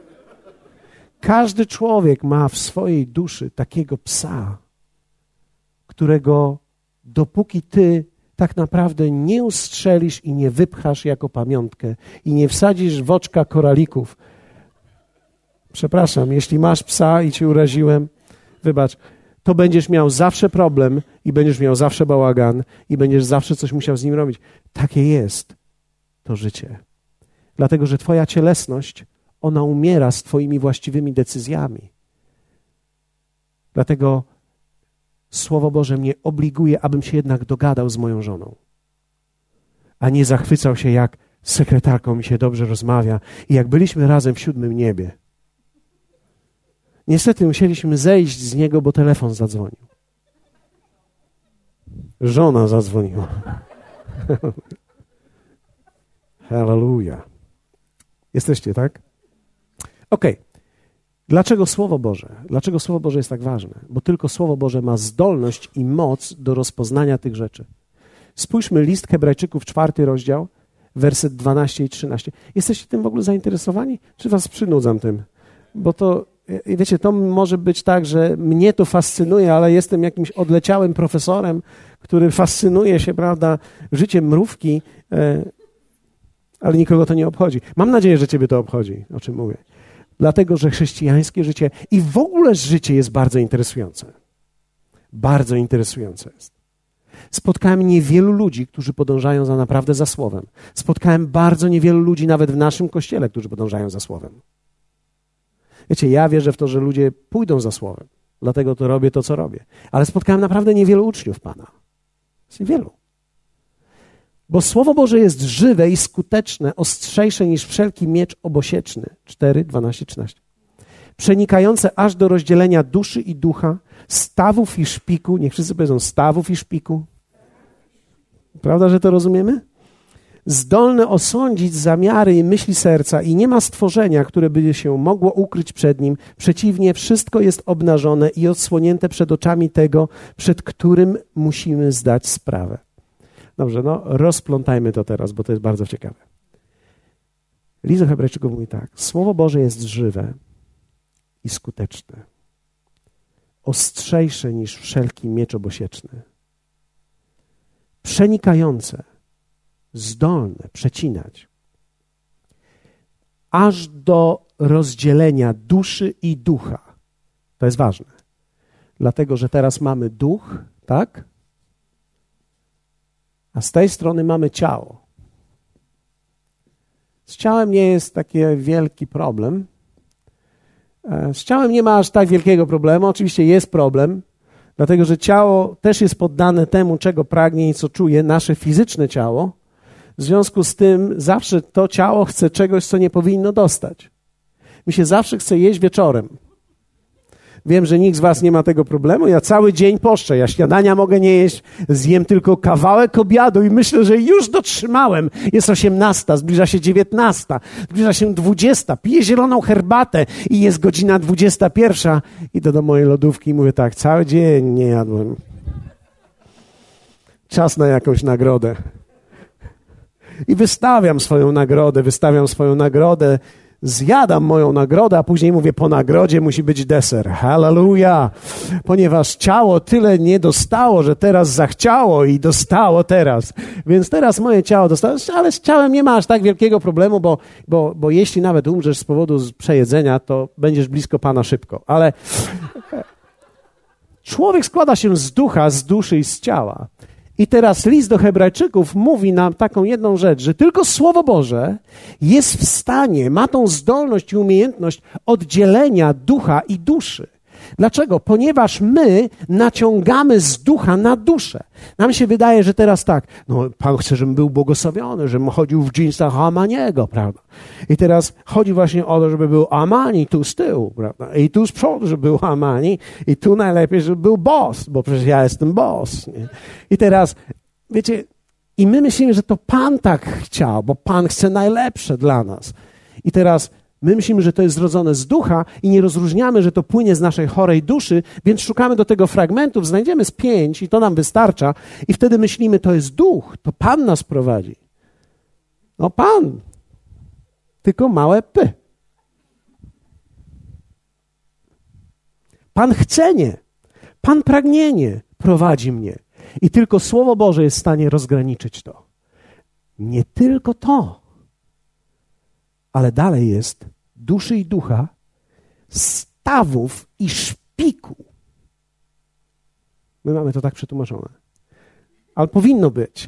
Każdy człowiek ma w swojej duszy takiego psa, którego dopóki ty tak naprawdę nie ustrzelisz i nie wypchasz jako pamiątkę i nie wsadzisz w oczka koralików. Przepraszam, jeśli masz psa i cię uraziłem, wybacz, to będziesz miał zawsze problem i będziesz miał zawsze bałagan i będziesz zawsze coś musiał z nim robić. Takie jest to życie. Dlatego, że twoja cielesność, ona umiera z twoimi właściwymi decyzjami. Dlatego Słowo Boże mnie obliguje, abym się jednak dogadał z moją żoną, a nie zachwycał się, jak z sekretarką mi się dobrze rozmawia i jak byliśmy razem w siódmym niebie. Niestety musieliśmy zejść z niego, bo telefon zadzwonił. Żona zadzwoniła. Halleluja. Jesteście, tak? Okej. Okay. Dlaczego Słowo Boże? Dlaczego Słowo Boże jest tak ważne? Bo tylko Słowo Boże ma zdolność i moc do rozpoznania tych rzeczy. Spójrzmy, list Hebrajczyków, czwarty rozdział, werset dwanaście i trzynaście. Jesteście tym w ogóle zainteresowani? Czy was przynudzam tym? Bo to, wiecie, to może być tak, że mnie to fascynuje, ale jestem jakimś odleciałym profesorem, który fascynuje się, prawda, życiem mrówki, ale nikogo to nie obchodzi. Mam nadzieję, że ciebie to obchodzi, o czym mówię. Dlatego, że chrześcijańskie życie i w ogóle życie jest bardzo interesujące. Bardzo interesujące jest. Spotkałem niewielu ludzi, którzy podążają za naprawdę za Słowem. Spotkałem bardzo niewielu ludzi nawet w naszym kościele, którzy podążają za Słowem. Wiecie, ja wierzę w to, że ludzie pójdą za Słowem. Dlatego to robię to, co robię. Ale spotkałem naprawdę niewielu uczniów Pana. Jest niewielu. Bo Słowo Boże jest żywe i skuteczne, ostrzejsze niż wszelki miecz obosieczny. cztery, dwanaście, trzynaście. Przenikające aż do rozdzielenia duszy i ducha, stawów i szpiku. Niech wszyscy powiedzą stawów i szpiku. Prawda, że to rozumiemy? Zdolne osądzić zamiary i myśli serca i nie ma stworzenia, które by się mogło ukryć przed nim. Przeciwnie, wszystko jest obnażone i odsłonięte przed oczami tego, przed którym musimy zdać sprawę. Dobrze, no rozplątajmy to teraz, bo to jest bardzo ciekawe. List do Hebrajczyków mówi tak. Słowo Boże jest żywe i skuteczne. Ostrzejsze niż wszelki miecz obosieczny. Przenikające, zdolne przecinać aż do rozdzielenia duszy i ducha. To jest ważne. Dlatego, że teraz mamy duch, tak? A z tej strony mamy ciało. Z ciałem nie jest taki wielki problem. Z ciałem nie ma aż tak wielkiego problemu. Oczywiście jest problem, dlatego że ciało też jest poddane temu, czego pragnie i co czuje, nasze fizyczne ciało. W związku z tym zawsze to ciało chce czegoś, co nie powinno dostać. Mi się zawsze chce jeść wieczorem. Wiem, że nikt z was nie ma tego problemu. Ja cały dzień poszczę. Ja śniadania mogę nie jeść. Zjem tylko kawałek obiadu i myślę, że już dotrzymałem. Jest osiemnasta, zbliża się dziewiętnasta, zbliża się dwudziesta. Piję zieloną herbatę i jest godzina dwudziesta pierwsza. Idę do mojej lodówki i mówię tak, cały dzień nie jadłem. Czas na jakąś nagrodę. I wystawiam swoją nagrodę, wystawiam swoją nagrodę, zjadam moją nagrodę, a później mówię, po nagrodzie musi być deser. Halleluja! Ponieważ ciało tyle nie dostało, że teraz zachciało i dostało teraz. Więc teraz moje ciało dostało, ale z ciałem nie ma aż tak wielkiego problemu, bo, bo, bo jeśli nawet umrzesz z powodu przejedzenia, to będziesz blisko Pana szybko. Ale człowiek składa się z ducha, z duszy i z ciała. I teraz list do Hebrajczyków mówi nam taką jedną rzecz, że tylko Słowo Boże jest w stanie, ma tą zdolność i umiejętność oddzielenia ducha i duszy. Dlaczego? Ponieważ my naciągamy z ducha na duszę. Nam się wydaje, że teraz tak, no Pan chce, żebym był błogosławiony, żebym chodził w dżinsach Amaniego, prawda? I teraz chodzi właśnie o to, żeby był Amani tu z tyłu, prawda? I tu z przodu, żeby był Amani i tu najlepiej, żeby był boss, bo przecież ja jestem boss. Nie? I teraz, wiecie, i my myślimy, że to Pan tak chciał, bo Pan chce najlepsze dla nas. I teraz my myślimy, że to jest zrodzone z ducha i nie rozróżniamy, że to płynie z naszej chorej duszy, więc szukamy do tego fragmentów, znajdziemy z pięć i to nam wystarcza i wtedy myślimy, to jest duch, to Pan nas prowadzi. No Pan, tylko małe P. Pan chcenie, Pan pragnienie prowadzi mnie i tylko Słowo Boże jest w stanie rozgraniczyć to. Nie tylko to, ale dalej jest duszy i ducha, stawów i szpiku. My mamy to tak przetłumaczone. Ale powinno być.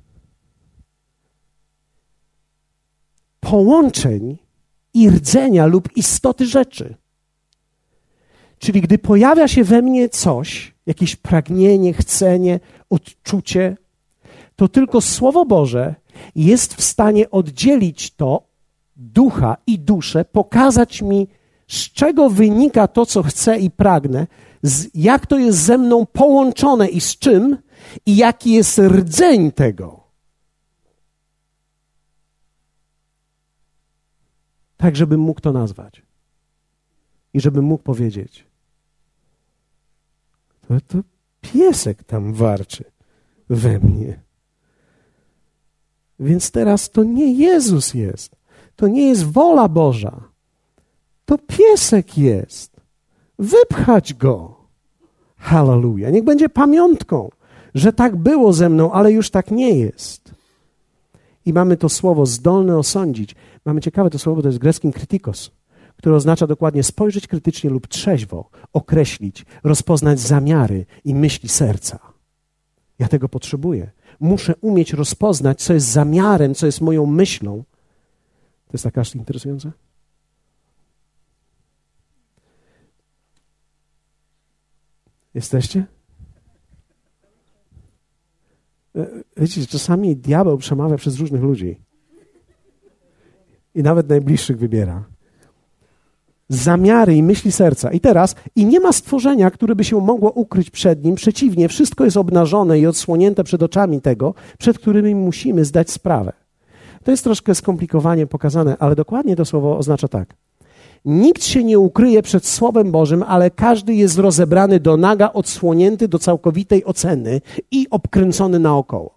Połączeń i rdzenia lub istoty rzeczy. Czyli gdy pojawia się we mnie coś, jakieś pragnienie, chcenie, odczucie, to tylko Słowo Boże jest w stanie oddzielić to ducha i duszę, pokazać mi, z czego wynika to, co chcę i pragnę, z, jak to jest ze mną połączone i z czym, i jaki jest rdzeń tego. Tak, żebym mógł to nazwać. I żebym mógł powiedzieć, to, to piesek tam warczy we mnie. Więc teraz to nie Jezus jest. To nie jest wola Boża. To piesek jest. Wypchać go. Halleluja. Niech będzie pamiątką, że tak było ze mną, ale już tak nie jest. I mamy to słowo zdolny osądzić. Mamy ciekawe to słowo, to jest greckim krytikos, które oznacza dokładnie spojrzeć krytycznie lub trzeźwo, określić, rozpoznać zamiary i myśli serca. Ja tego potrzebuję. Muszę umieć rozpoznać, co jest zamiarem, co jest moją myślą. To jest tak aż interesujące? Jesteście? Wiecie, czasami diabeł przemawia przez różnych ludzi. I nawet najbliższych wybiera. Zamiary i myśli serca. I teraz, i nie ma stworzenia, które by się mogło ukryć przed nim. Przeciwnie, wszystko jest obnażone i odsłonięte przed oczami tego, przed którymi musimy zdać sprawę. To jest troszkę skomplikowanie pokazane, ale dokładnie to słowo oznacza tak. Nikt się nie ukryje przed Słowem Bożym, ale każdy jest rozebrany do naga, odsłonięty do całkowitej oceny i obkręcony naokoło.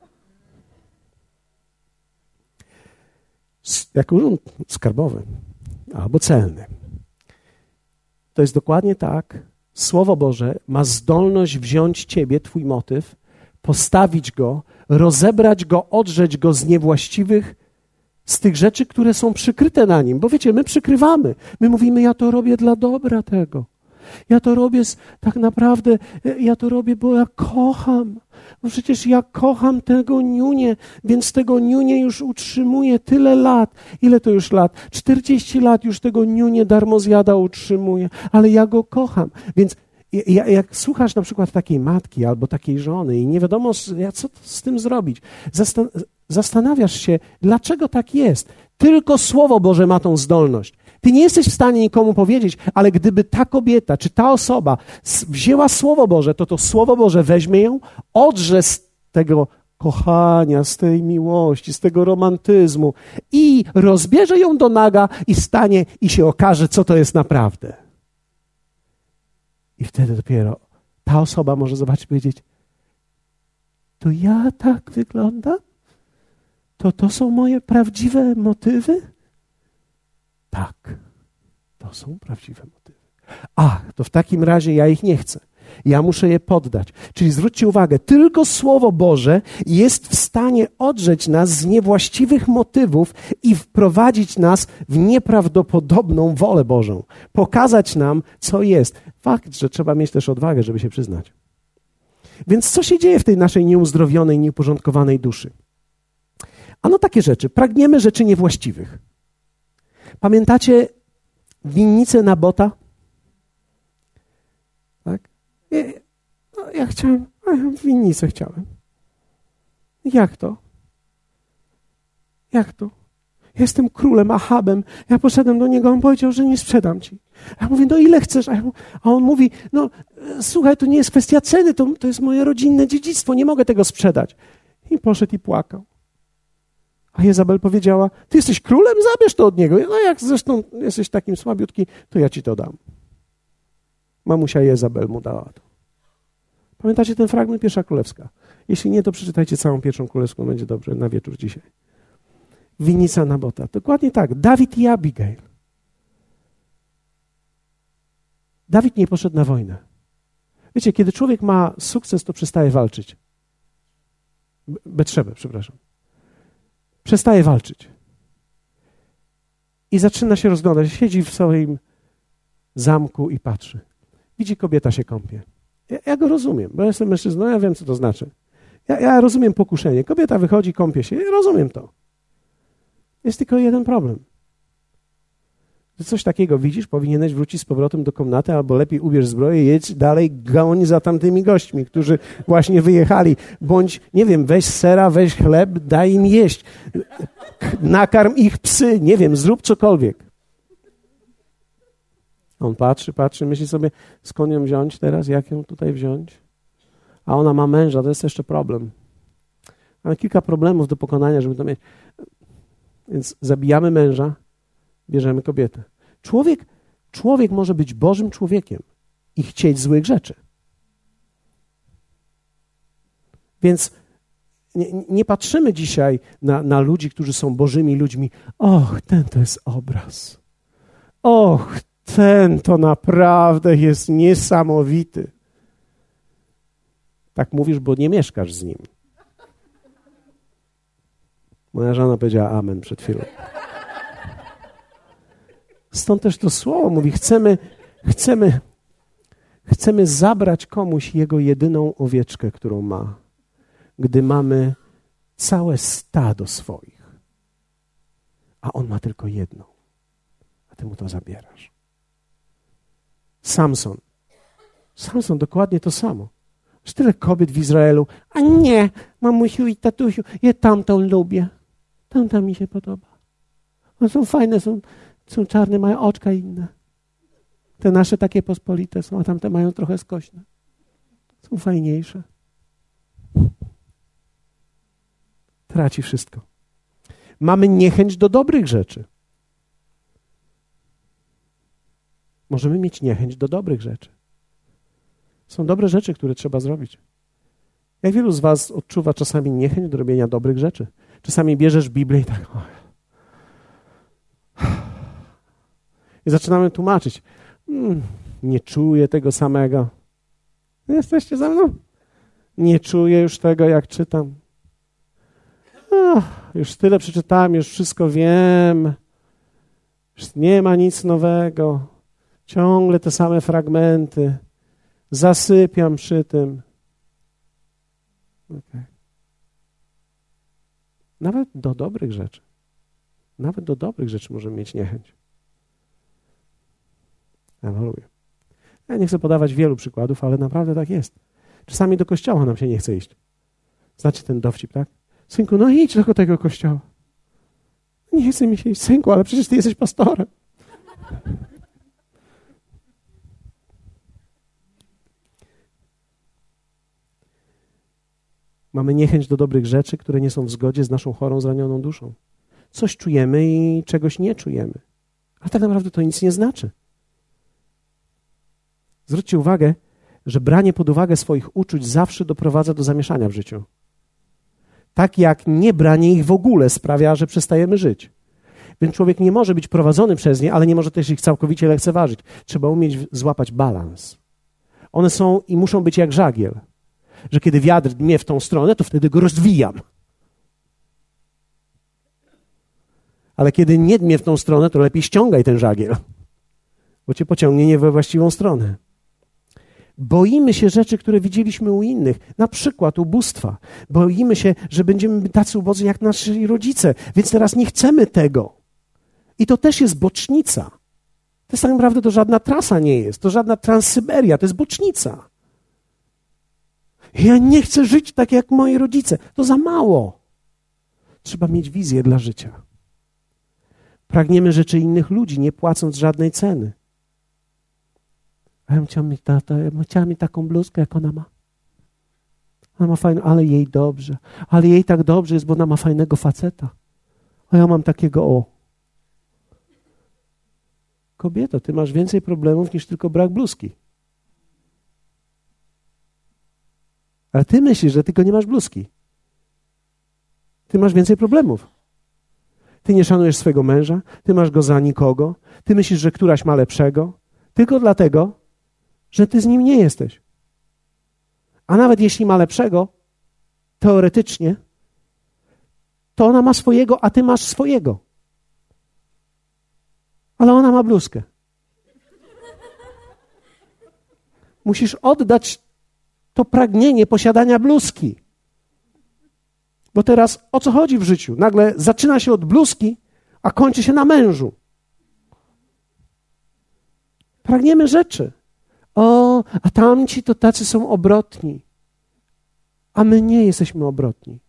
Jak urząd skarbowy albo celny. To jest dokładnie tak. Słowo Boże ma zdolność wziąć ciebie, twój motyw, postawić go, rozebrać go, odrzeć go z niewłaściwych, z tych rzeczy, które są przykryte na nim. Bo wiecie, my przykrywamy. My mówimy, ja to robię dla dobra tego. Ja to robię z, tak naprawdę, ja to robię, bo ja kocham. No przecież ja kocham tego niunię, więc tego niunię już utrzymuję tyle lat. Ile to już lat? czterdzieści lat już tego niunię darmozjada utrzymuję, ale ja go kocham. Więc jak słuchasz na przykład takiej matki albo takiej żony i nie wiadomo, co z tym zrobić, zastanawiasz się, dlaczego tak jest. Tylko Słowo Boże ma tą zdolność. Ty nie jesteś w stanie nikomu powiedzieć, ale gdyby ta kobieta, czy ta osoba wzięła Słowo Boże, to to Słowo Boże weźmie ją, odrze z tego kochania, z tej miłości, z tego romantyzmu i rozbierze ją do naga i stanie i się okaże, co to jest naprawdę. I wtedy dopiero ta osoba może zobaczyć i powiedzieć, to ja tak wyglądam? To to są moje prawdziwe motywy? Tak, to są prawdziwe motywy. A, to w takim razie ja ich nie chcę. Ja muszę je poddać. Czyli zwróćcie uwagę, tylko Słowo Boże jest w stanie odrzeć nas z niewłaściwych motywów i wprowadzić nas w nieprawdopodobną wolę Bożą. Pokazać nam, co jest. Fakt, że trzeba mieć też odwagę, żeby się przyznać. Więc co się dzieje w tej naszej nieuzdrowionej, nieuporządkowanej duszy? Ano takie rzeczy. Pragniemy rzeczy niewłaściwych. Pamiętacie winnicę Nabota? Tak? Ja, no, ja chciałem, a ja winnicę chciałem. Jak to? Jak to? Jestem królem Achabem. Ja poszedłem do niego, on powiedział, że nie sprzedam ci. A ja mówię, no ile chcesz? A, ja, a on mówi, no słuchaj, to nie jest kwestia ceny, to, to jest moje rodzinne dziedzictwo, nie mogę tego sprzedać. I poszedł i płakał. A Jezabel powiedziała, ty jesteś królem? Zabierz to od niego. No jak zresztą jesteś takim słabiutki, to ja ci to dam. Mamusia Jezabel mu dała to. Pamiętacie ten fragment? Pierwsza Królewska. Jeśli nie, to przeczytajcie całą Pierwszą Królewską, będzie dobrze na wieczór dzisiaj. Winnica Nabota. Dokładnie tak. Dawid i Abigail. Dawid nie poszedł na wojnę. Wiecie, kiedy człowiek ma sukces, to przestaje walczyć. Betrzebę, przepraszam. Przestaje walczyć. I zaczyna się rozglądać. Siedzi w swoim zamku i patrzy. Widzi, kobieta się kąpie. Ja, ja go rozumiem, bo ja jestem mężczyzną, ja wiem, co to znaczy. Ja, ja rozumiem pokuszenie. Kobieta wychodzi, kąpie się. Ja rozumiem to. Jest tylko jeden problem. Że coś takiego widzisz, powinieneś wrócić z powrotem do komnaty, albo lepiej ubierz zbroję, jedź dalej, goń za tamtymi gośćmi, którzy właśnie wyjechali. Bądź, nie wiem, weź sera, weź chleb, daj im jeść. Nakarm ich psy, nie wiem, zrób cokolwiek. On patrzy, patrzy, myśli sobie, skąd ją wziąć teraz, jak ją tutaj wziąć? A ona ma męża, to jest jeszcze problem. Mamy kilka problemów do pokonania, żeby to mieć. Więc zabijamy męża, bierzemy kobietę. Człowiek, człowiek może być Bożym człowiekiem i chcieć złych rzeczy. Więc nie, nie patrzymy dzisiaj na, na ludzi, którzy są Bożymi ludźmi. Och, ten to jest obraz. Och, ten to naprawdę jest niesamowity. Tak mówisz, bo nie mieszkasz z nim. Moja żona powiedziała amen przed chwilą. Stąd też to słowo mówi, chcemy, chcemy, chcemy zabrać komuś jego jedyną owieczkę, którą ma, gdy mamy całe stado swoich, a on ma tylko jedną, a ty mu to zabierasz. Samson. Samson dokładnie to samo. Jest tyle kobiet w Izraelu, a nie, mamusiu i tatusiu, ja tamtą lubię. Tamta mi się podoba. One są fajne, są, są czarne, mają oczka inne. Te nasze takie pospolite są, a tamte mają trochę skośne. Są fajniejsze. Traci wszystko. Mamy niechęć do dobrych rzeczy. Możemy mieć niechęć do dobrych rzeczy. Są dobre rzeczy, które trzeba zrobić. Jak wielu z was odczuwa czasami niechęć do robienia dobrych rzeczy? Czasami bierzesz Biblię i tak... I zaczynamy tłumaczyć. Hmm, nie czuję tego samego. Jesteście ze mną? Nie czuję już tego, jak czytam. Ach, już tyle przeczytałem, już wszystko wiem. Już nie ma nic nowego. Ciągle te same fragmenty. Zasypiam przy tym. Okay. Nawet do dobrych rzeczy. Nawet do dobrych rzeczy możemy mieć niechęć. Ewoluuje. Ja nie chcę podawać wielu przykładów, ale naprawdę tak jest. Czasami do kościoła nam się nie chce iść. Znacie ten dowcip, tak? Synku, no idź do tego kościoła. Nie chce mi się iść, synku, ale przecież ty jesteś pastorem. Mamy niechęć do dobrych rzeczy, które nie są w zgodzie z naszą chorą, zranioną duszą. Coś czujemy i czegoś nie czujemy. Ale tak naprawdę to nic nie znaczy. Zwróćcie uwagę, że branie pod uwagę swoich uczuć zawsze doprowadza do zamieszania w życiu. Tak jak nie branie ich w ogóle sprawia, że przestajemy żyć. Więc człowiek nie może być prowadzony przez nie, ale nie może też ich całkowicie lekceważyć. Trzeba umieć złapać balans. One są i muszą być jak żagiel. Że kiedy wiatr dmie w tą stronę, to wtedy go rozwijam. Ale kiedy nie dmie w tą stronę, to lepiej ściągaj ten żagiel, bo cię pociągnie nie we właściwą stronę. Boimy się rzeczy, które widzieliśmy u innych, na przykład ubóstwa. Boimy się, że będziemy tacy ubodzy jak nasi rodzice, więc teraz nie chcemy tego. I to też jest bocznica. To jest tak naprawdę to żadna trasa nie jest, to żadna Transsyberia, to jest bocznica. Ja nie chcę żyć tak jak moi rodzice. To za mało. Trzeba mieć wizję dla życia. Pragniemy rzeczy innych ludzi, nie płacąc żadnej ceny. A ja bym chciała mieć, ta, ta, ja bym chciała mieć taką bluzkę, jak ona ma. Ona ma fajną, ale jej dobrze. Ale jej tak dobrze jest, bo ona ma fajnego faceta. A ja mam takiego o. Kobieto, ty masz więcej problemów niż tylko brak bluzki. Ale ty myślisz, że tylko nie masz bluzki. Ty masz więcej problemów. Ty nie szanujesz swojego męża, ty masz go za nikogo, ty myślisz, że któraś ma lepszego, tylko dlatego, że ty z nim nie jesteś. A nawet jeśli ma lepszego, teoretycznie, to ona ma swojego, a ty masz swojego. Ale ona ma bluzkę. Musisz oddać to pragnienie posiadania bluzki. Bo teraz o co chodzi w życiu? Nagle zaczyna się od bluzki, a kończy się na mężu. Pragniemy rzeczy. O, a tamci to tacy są obrotni. A my nie jesteśmy obrotni.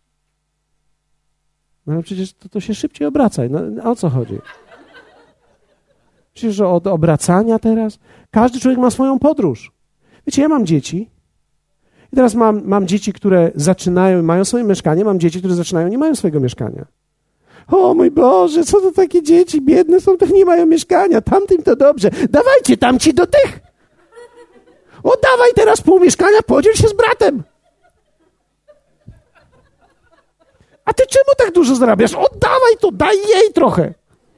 No ale przecież to, to się szybciej obracaj. No, o co chodzi? Przecież od obracania teraz? Każdy człowiek ma swoją podróż. Wiecie, ja mam dzieci. I teraz mam, mam dzieci, które zaczynają i mają swoje mieszkanie, mam dzieci, które zaczynają i nie mają swojego mieszkania. O mój Boże, co to takie dzieci biedne są, to nie mają mieszkania, tamtym to dobrze. Dawajcie tamci do tych. O, dawaj teraz pół mieszkania, podziel się z bratem. A ty czemu tak dużo zarabiasz? Oddawaj to, daj jej trochę.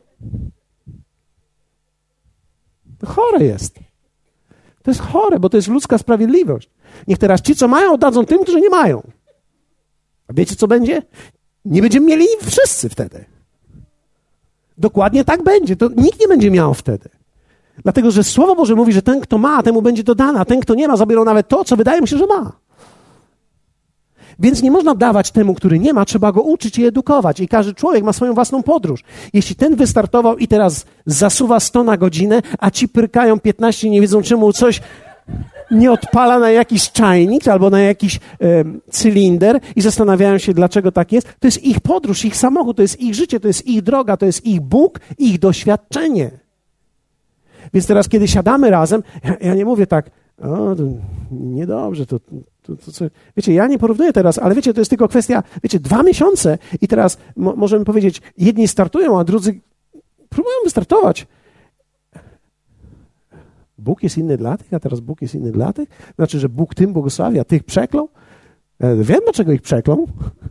To chore jest. To jest chore, bo to jest ludzka sprawiedliwość. Niech teraz ci, co mają, oddadzą tym, którzy nie mają. A wiecie, co będzie? Nie będziemy mieli wszyscy wtedy. Dokładnie tak będzie. To nikt nie będzie miał wtedy. Dlatego, że Słowo Boże mówi, że ten, kto ma, temu będzie dodane, a ten, kto nie ma, zabiorą nawet to, co wydaje mu się, że ma. Więc nie można dawać temu, który nie ma, trzeba go uczyć i edukować. I każdy człowiek ma swoją własną podróż. Jeśli ten wystartował i teraz zasuwa sto na godzinę, a ci pyrkają piętnaście i nie wiedzą, czemu coś nie odpala na jakiś czajnik albo na jakiś e, cylinder i zastanawiają się, dlaczego tak jest, to jest ich podróż, ich samochód, to jest ich życie, to jest ich droga, to jest ich Bóg, ich doświadczenie. Więc teraz, kiedy siadamy razem, ja, ja nie mówię tak, o, to niedobrze, to, to, to co... Wiecie, ja nie porównuję teraz, ale wiecie, to jest tylko kwestia, wiecie, dwa miesiące i teraz mo- możemy powiedzieć, jedni startują, a drudzy próbują wystartować. Bóg jest inny dla tych, a teraz Bóg jest inny dla tych? Znaczy, że Bóg tym błogosławi, a tych przeklął? Wiem, dlaczego ich przeklął.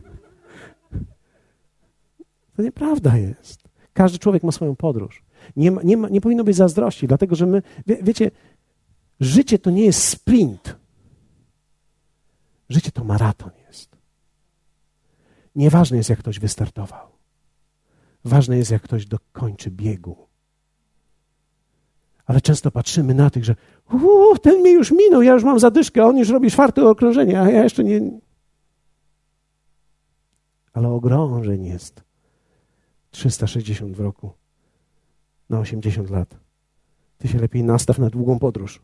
To nieprawda jest. Każdy człowiek ma swoją podróż. Nie, ma, nie, ma, nie powinno być zazdrości, dlatego, że my, wie, wiecie, życie to nie jest sprint. Życie to maraton jest. Nieważne jest, jak ktoś wystartował. Ważne jest, jak ktoś dokończy biegu. Ale często patrzymy na tych, że uu, ten mnie już minął, ja już mam zadyszkę, on już robi czwarte okrążenie, a ja jeszcze nie... Ale okrążeń jest trzysta sześćdziesiąt w roku na osiemdziesiąt lat. Ty się lepiej nastaw na długą podróż.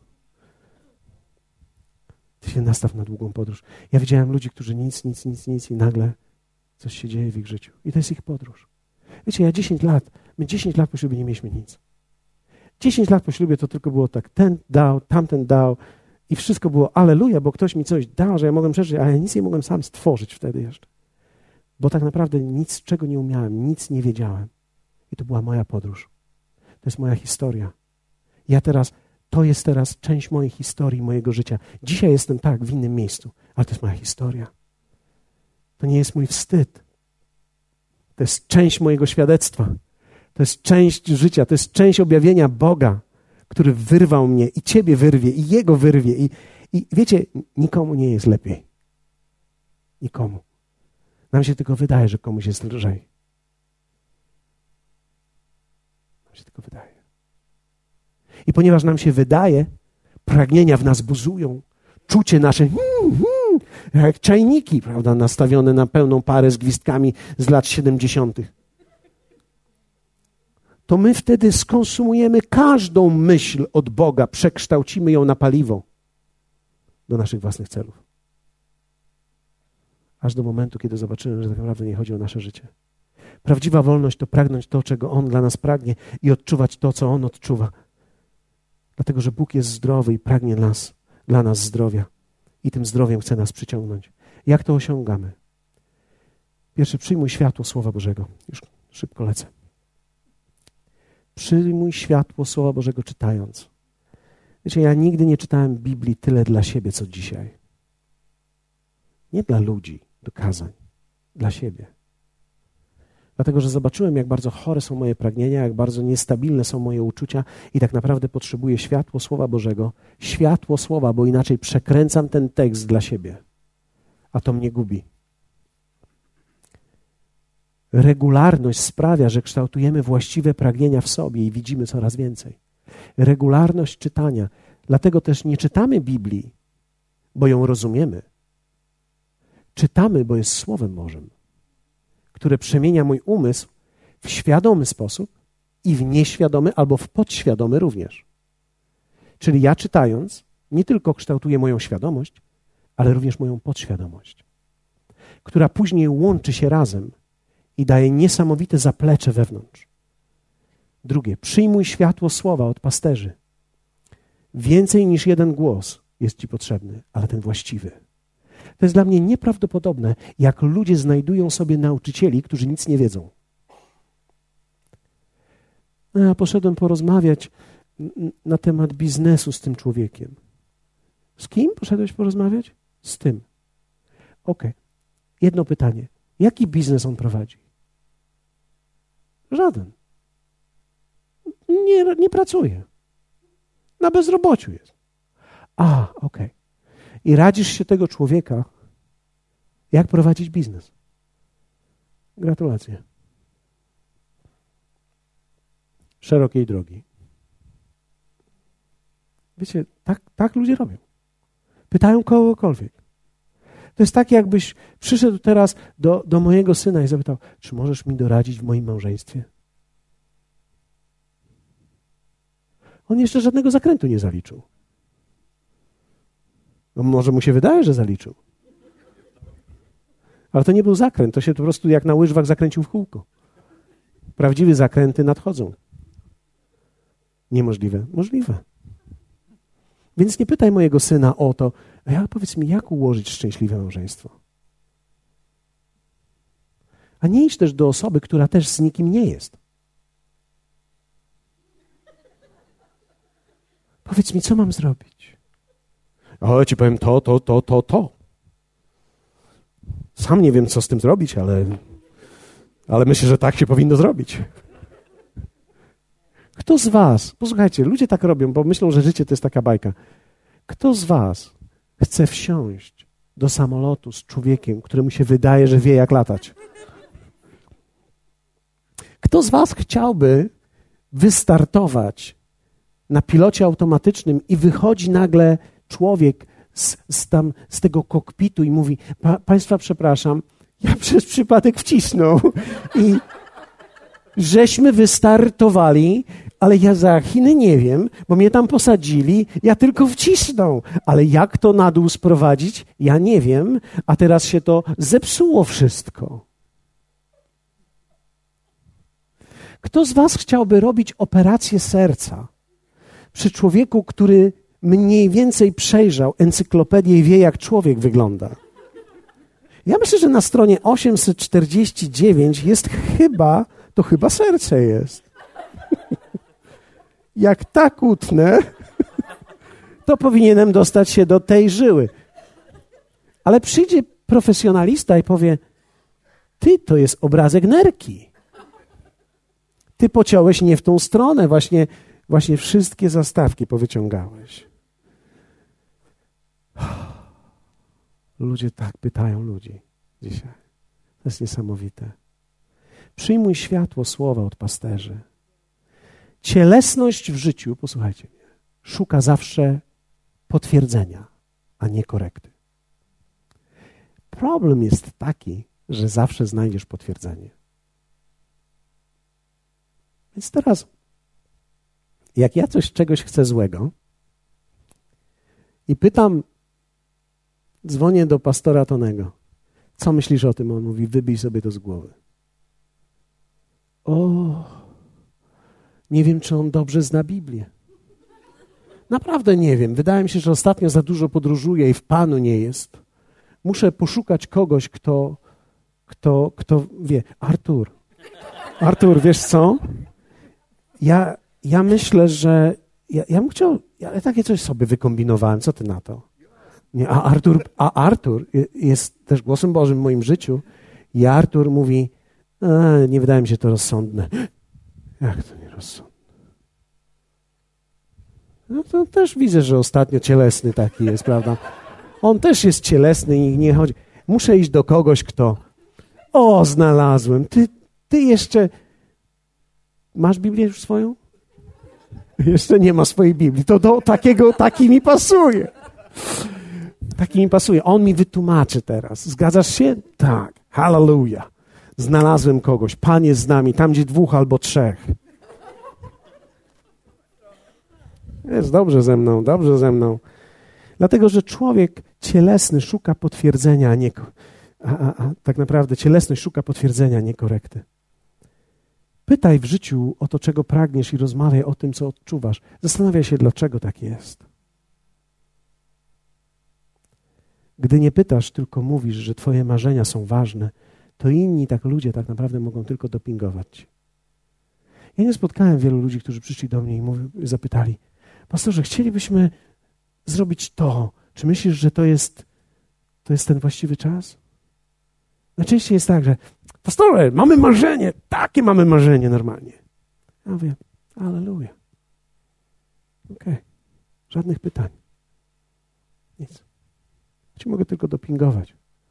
Ty się nastaw na długą podróż. Ja widziałem ludzi, którzy nic, nic, nic, nic i nagle coś się dzieje w ich życiu. I to jest ich podróż. Wiecie, ja dziesięć lat, my dziesięć lat po ślubie nie mieliśmy nic. dziesięć lat po ślubie to tylko było tak, ten dał, tamten dał I wszystko było alleluja, bo ktoś mi coś dał, że ja mogłem przeżyć, ale ja nic nie mogłem sam stworzyć wtedy jeszcze. Bo tak naprawdę nic, czego nie umiałem, nic nie wiedziałem. I to była moja podróż. To jest moja historia. Ja teraz, to jest teraz część mojej historii, mojego życia. Dzisiaj jestem tak, w innym miejscu, ale to jest moja historia. To nie jest mój wstyd. To jest część mojego świadectwa. To jest część życia, to jest część objawienia Boga, który wyrwał mnie i ciebie wyrwie, i jego wyrwie. I, i wiecie, nikomu nie jest lepiej. Nikomu. Nam się tylko wydaje, że komuś jest lżej. Nam się tylko wydaje. I ponieważ nam się wydaje, pragnienia w nas buzują, czucie nasze hmm, hmm, jak czajniki, prawda, nastawione na pełną parę z gwizdkami z lat siedemdziesiątych. To my wtedy skonsumujemy każdą myśl od Boga, przekształcimy ją na paliwo do naszych własnych celów. Aż do momentu, kiedy zobaczymy, że tak naprawdę nie chodzi o nasze życie. Prawdziwa wolność to pragnąć to, czego On dla nas pragnie i odczuwać to, co On odczuwa. Dlatego, że Bóg jest zdrowy i pragnie nas, dla nas zdrowia. I tym zdrowiem chce nas przyciągnąć. Jak to osiągamy? Pierwsze, przyjmuj światło Słowa Bożego. Już szybko lecę. Przyjmuj światło Słowa Bożego czytając. Wiecie, ja nigdy nie czytałem Biblii tyle dla siebie, co dzisiaj. Nie dla ludzi, do kazań. Dla siebie. Dlatego, że zobaczyłem, jak bardzo chore są moje pragnienia, jak bardzo niestabilne są moje uczucia i tak naprawdę potrzebuję światło Słowa Bożego. Światło Słowa, bo inaczej przekręcam ten tekst dla siebie. A to mnie gubi. Regularność sprawia, że kształtujemy właściwe pragnienia w sobie i widzimy coraz więcej. Regularność czytania. Dlatego też nie czytamy Biblii, bo ją rozumiemy. Czytamy, bo jest Słowem Bożym, które przemienia mój umysł w świadomy sposób i w nieświadomy albo w podświadomy również. Czyli ja czytając nie tylko kształtuję moją świadomość, ale również moją podświadomość, która później łączy się razem i daje niesamowite zaplecze wewnątrz. Drugie, przyjmuj światło Słowa od pasterzy. Więcej niż jeden głos jest ci potrzebny, ale ten właściwy. To jest dla mnie nieprawdopodobne, jak ludzie znajdują sobie nauczycieli, którzy nic nie wiedzą. No, ja poszedłem porozmawiać na temat biznesu z tym człowiekiem. Z kim poszedłeś porozmawiać? Z tym. Okej. Okay. Jedno pytanie. Jaki biznes on prowadzi? Żaden. Nie, nie pracuje. Na bezrobociu jest. A, okej. Okay. I radzisz się tego człowieka, jak prowadzić biznes. Gratulacje. Szerokiej drogi. Wiecie, tak, tak ludzie robią. Pytają kogokolwiek. To jest tak, jakbyś przyszedł teraz do, do mojego syna i zapytał, czy możesz mi doradzić w moim małżeństwie? On jeszcze żadnego zakrętu nie zaliczył. No może mu się wydaje, że zaliczył. Ale to nie był zakręt, to się po prostu jak na łyżwach zakręcił w kółko. Prawdziwe zakręty nadchodzą. Niemożliwe? Możliwe. Więc nie pytaj mojego syna o to, a ja powiedz mi, jak ułożyć szczęśliwe małżeństwo. A nie idź też do osoby, która też z nikim nie jest. Powiedz mi, co mam zrobić? O, ja ci powiem to, to, to, to, to. Sam nie wiem, co z tym zrobić, ale, ale myślę, że tak się powinno zrobić. Kto z was, posłuchajcie, ludzie tak robią, bo myślą, że życie to jest taka bajka. Kto z was chce wsiąść do samolotu z człowiekiem, któremu się wydaje, że wie, jak latać? Kto z was chciałby wystartować na pilocie automatycznym i wychodzi nagle człowiek z, z, tam, z tego kokpitu i mówi, pa, państwa przepraszam, ja przez przypadek wcisnął i żeśmy wystartowali, ale ja za Chiny nie wiem, bo mnie tam posadzili, ja tylko wcisnął, ale jak to na dół sprowadzić, ja nie wiem, a teraz się to zepsuło wszystko. Kto z was chciałby robić operację serca przy człowieku, który mniej więcej przejrzał encyklopedię i wie, jak człowiek wygląda. Ja myślę, że na stronie osiemset czterdzieści dziewięć jest chyba, to chyba serce jest. Jak tak utnę, to powinienem dostać się do tej żyły. Ale przyjdzie profesjonalista i powie, ty, to jest obrazek nerki. Ty pociąłeś nie w tą stronę, właśnie, właśnie wszystkie zastawki powyciągałeś. Ludzie tak pytają ludzi dzisiaj. To jest niesamowite. Przyjmuj światło słowa od pasterzy. Cielesność w życiu, posłuchajcie mnie, szuka zawsze potwierdzenia, a nie korekty. Problem jest taki, że zawsze znajdziesz potwierdzenie. Więc teraz, jak ja coś czegoś chcę złego i pytam, dzwonię do pastora Tonego, co myślisz o tym? On mówi, wybij sobie to z głowy. O, nie wiem, czy on dobrze zna Biblię. Naprawdę nie wiem. Wydaje mi się, że ostatnio za dużo podróżuje i w Panu nie jest. Muszę poszukać kogoś, kto, kto, kto wie. Artur, Artur, wiesz co? Ja, ja myślę, że ja, ja bym chciał, ja takie coś sobie wykombinowałem. Co ty na to? Nie, a Artur, a Artur jest też głosem Bożym w moim życiu i Artur mówi, a, nie wydaje mi się to rozsądne. Jak to nie rozsądne? No to też widzę, że ostatnio cielesny taki jest, prawda? On też jest cielesny i nie chodzi. Muszę iść do kogoś, kto... O, znalazłem. Ty, ty jeszcze... Masz Biblię już swoją? Jeszcze nie ma swojej Biblii. To do takiego, taki mi pasuje. Taki mi pasuje. On mi wytłumaczy teraz. Zgadzasz się? Tak. Hallelujah. Znalazłem kogoś. Pan jest z nami. Tam, gdzie dwóch albo trzech. Jest dobrze ze mną, dobrze ze mną. Dlatego, że człowiek cielesny szuka potwierdzenia, a nie... A, a, a tak naprawdę cielesność szuka potwierdzenia, nie korekty. Pytaj w życiu o to, czego pragniesz i rozmawiaj o tym, co odczuwasz. Zastanawiaj się, dlaczego tak jest. Gdy nie pytasz, tylko mówisz, że twoje marzenia są ważne, to inni tak ludzie tak naprawdę mogą tylko dopingować. Ja nie spotkałem wielu ludzi, którzy przyszli do mnie i mówi, zapytali, pastorze, chcielibyśmy zrobić to. Czy myślisz, że to jest, to jest ten właściwy czas? Najczęściej jest tak, że pastorze, mamy marzenie, takie mamy marzenie normalnie. Ja mówię, alleluja. Okej, okay. Żadnych pytań. Nic. Ci mogę tylko dopingować.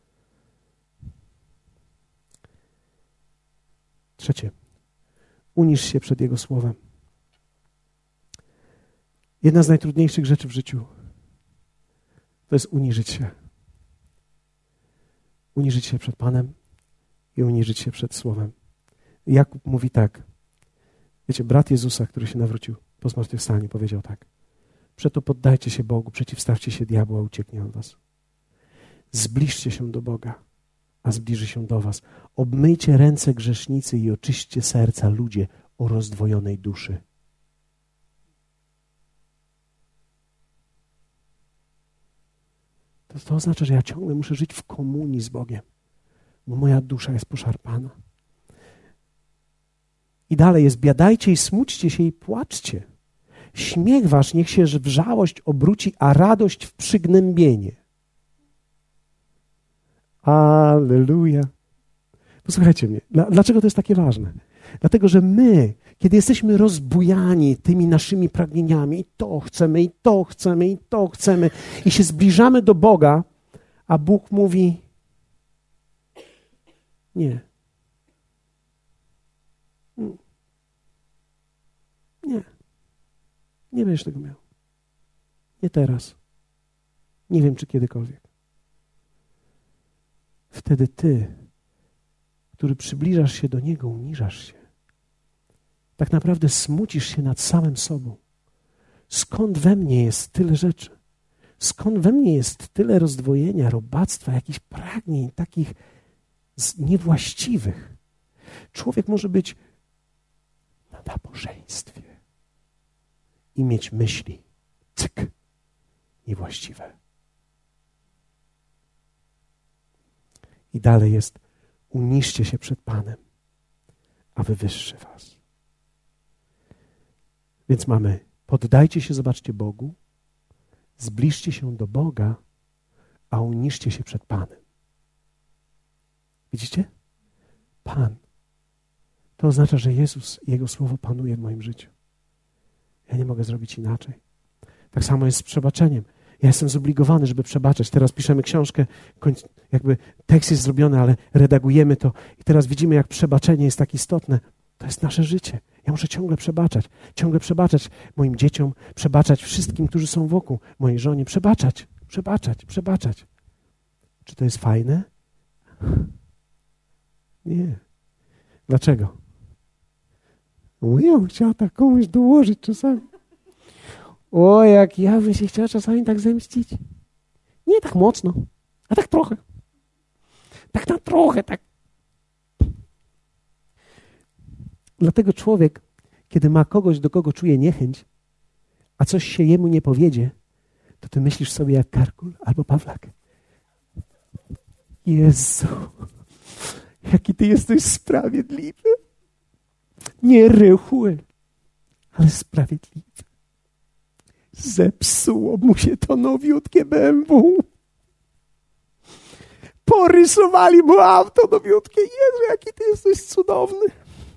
Trzecie. Unisz się przed Jego Słowem. Jedna z najtrudniejszych rzeczy w życiu to jest uniżyć się. Uniżyć się przed Panem i uniżyć się przed Słowem. Jakub mówi tak. Wiecie, brat Jezusa, który się nawrócił po zmartwychwstaniu, powiedział tak. Przeto poddajcie się Bogu, przeciwstawcie się diabłu, a ucieknie od was. Zbliżcie się do Boga, a zbliży się do was. Obmyjcie ręce grzesznicy i oczyśćcie serca ludzie o rozdwojonej duszy. To, to oznacza, że ja ciągle muszę żyć w komunii z Bogiem, bo moja dusza jest poszarpana. I dalej jest, biadajcie i smućcie się i płaczcie. Śmiech wasz niech się w żałość obróci, a radość w przygnębienie. Alleluja. Posłuchajcie mnie, dlaczego to jest takie ważne? Dlatego, że my, kiedy jesteśmy rozbujani tymi naszymi pragnieniami, i to chcemy, i to chcemy, i to chcemy, i się zbliżamy do Boga, a Bóg mówi nie. Nie. Nie będziesz tego miał. Nie teraz. Nie wiem, czy kiedykolwiek. Wtedy ty, który przybliżasz się do Niego, uniżasz się. Tak naprawdę smucisz się nad samym sobą. Skąd we mnie jest tyle rzeczy? Skąd we mnie jest tyle rozdwojenia, robactwa, jakichś pragnień, takich niewłaściwych? Człowiek może być na nabożeństwie i mieć myśli. Cyk. niewłaściwe. I dalej jest, uniżcie się przed Panem, a wywyższy was. Więc mamy, poddajcie się, zobaczcie, Bogu, zbliżcie się do Boga, a uniżcie się przed Panem. Widzicie? Pan. To oznacza, że Jezus i Jego Słowo panuje w moim życiu. Ja nie mogę zrobić inaczej. Tak samo jest z przebaczeniem. Ja jestem zobligowany, żeby przebaczać. Teraz piszemy książkę, jakby tekst jest zrobiony, ale redagujemy to i teraz widzimy, jak przebaczenie jest tak istotne. To jest nasze życie. Ja muszę ciągle przebaczać. Ciągle przebaczać moim dzieciom, przebaczać wszystkim, którzy są wokół, mojej żonie. Przebaczać, przebaczać, przebaczać. Czy to jest fajne? Nie. Dlaczego? No ja bym chciała tak komuś dołożyć czasami. O, jak ja bym się chciała czasami tak zemścić. Nie tak mocno, a tak trochę. Tak na trochę, tak. Dlatego człowiek, kiedy ma kogoś, do kogo czuje niechęć, a coś się jemu nie powiedzie, to ty myślisz sobie jak Karkul albo Pawlak. Jezu, jaki ty jesteś sprawiedliwy. Nie rychły, ale sprawiedliwy. Zepsuło mu się to nowiutkie B M W. Porysowali mu auto nowiutkie. Jezu, jaki ty jesteś cudowny.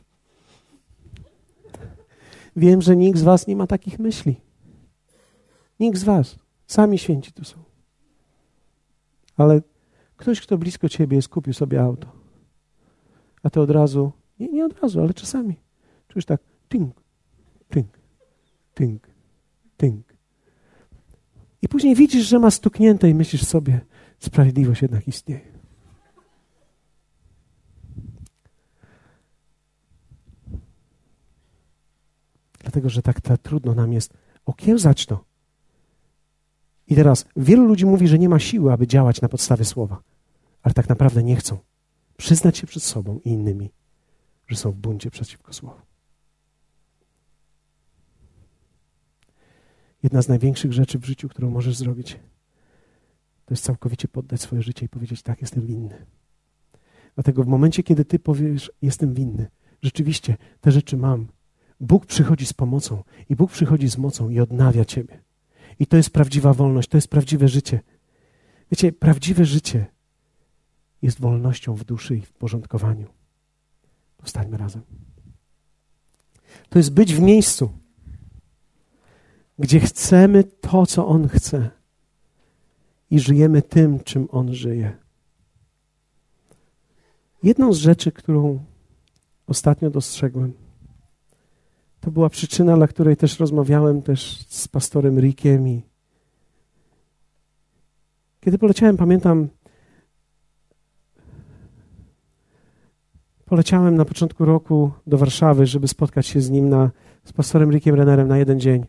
Wiem, że nikt z was nie ma takich myśli. Nikt z was. Sami święci tu są. Ale ktoś, kto blisko ciebie jest, kupił sobie auto. A ty od razu, nie, nie od razu, ale czasami czujesz tak, tynk, tynk, tynk, tynk. I później widzisz, że ma stuknięte i myślisz sobie, sprawiedliwość jednak istnieje. Dlatego, że tak, tak trudno nam jest okiełzać to. I teraz wielu ludzi mówi, że nie ma siły, aby działać na podstawie słowa, ale tak naprawdę nie chcą przyznać się przed sobą i innymi, że są w buncie przeciwko słowu. Jedna z największych rzeczy w życiu, którą możesz zrobić, to jest całkowicie poddać swoje życie i powiedzieć, tak, jestem winny. Dlatego w momencie, kiedy ty powiesz, jestem winny, rzeczywiście te rzeczy mam, Bóg przychodzi z pomocą i Bóg przychodzi z mocą i odnawia ciebie. I to jest prawdziwa wolność, to jest prawdziwe życie. Wiecie, prawdziwe życie jest wolnością w duszy i w porządkowaniu. Powstańmy razem. To jest być w miejscu, gdzie chcemy to, co On chce i żyjemy tym, czym On żyje. Jedną z rzeczy, którą ostatnio dostrzegłem, to była przyczyna, dla której też rozmawiałem też z pastorem Rickiem i kiedy poleciałem, pamiętam, poleciałem na początku roku do Warszawy, żeby spotkać się z nim, na, z pastorem Rickiem Rennerem na jeden dzień.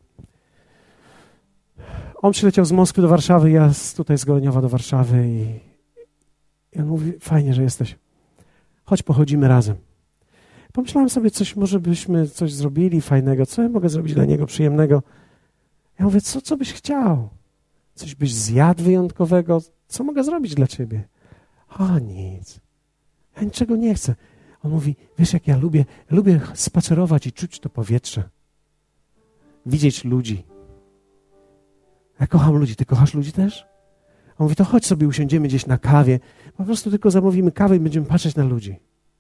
On przyleciał z Moskwy do Warszawy, ja z, tutaj z Goleniowa do Warszawy i, i on mówi, fajnie, że jesteś. Chodź, pochodzimy razem. Pomyślałem sobie, coś, może byśmy coś zrobili fajnego, co ja mogę zrobić dla niego przyjemnego. Ja mówię, co, co byś chciał? Coś byś zjadł wyjątkowego? Co mogę zrobić dla ciebie? A nic. Ja niczego nie chcę. On mówi, wiesz jak ja lubię, lubię spacerować i czuć to powietrze. Widzieć ludzi. Ja kocham ludzi. Ty kochasz ludzi też? On mówi, to chodź sobie usiądziemy gdzieś na kawie. Po prostu tylko zamówimy kawę i będziemy patrzeć na ludzi.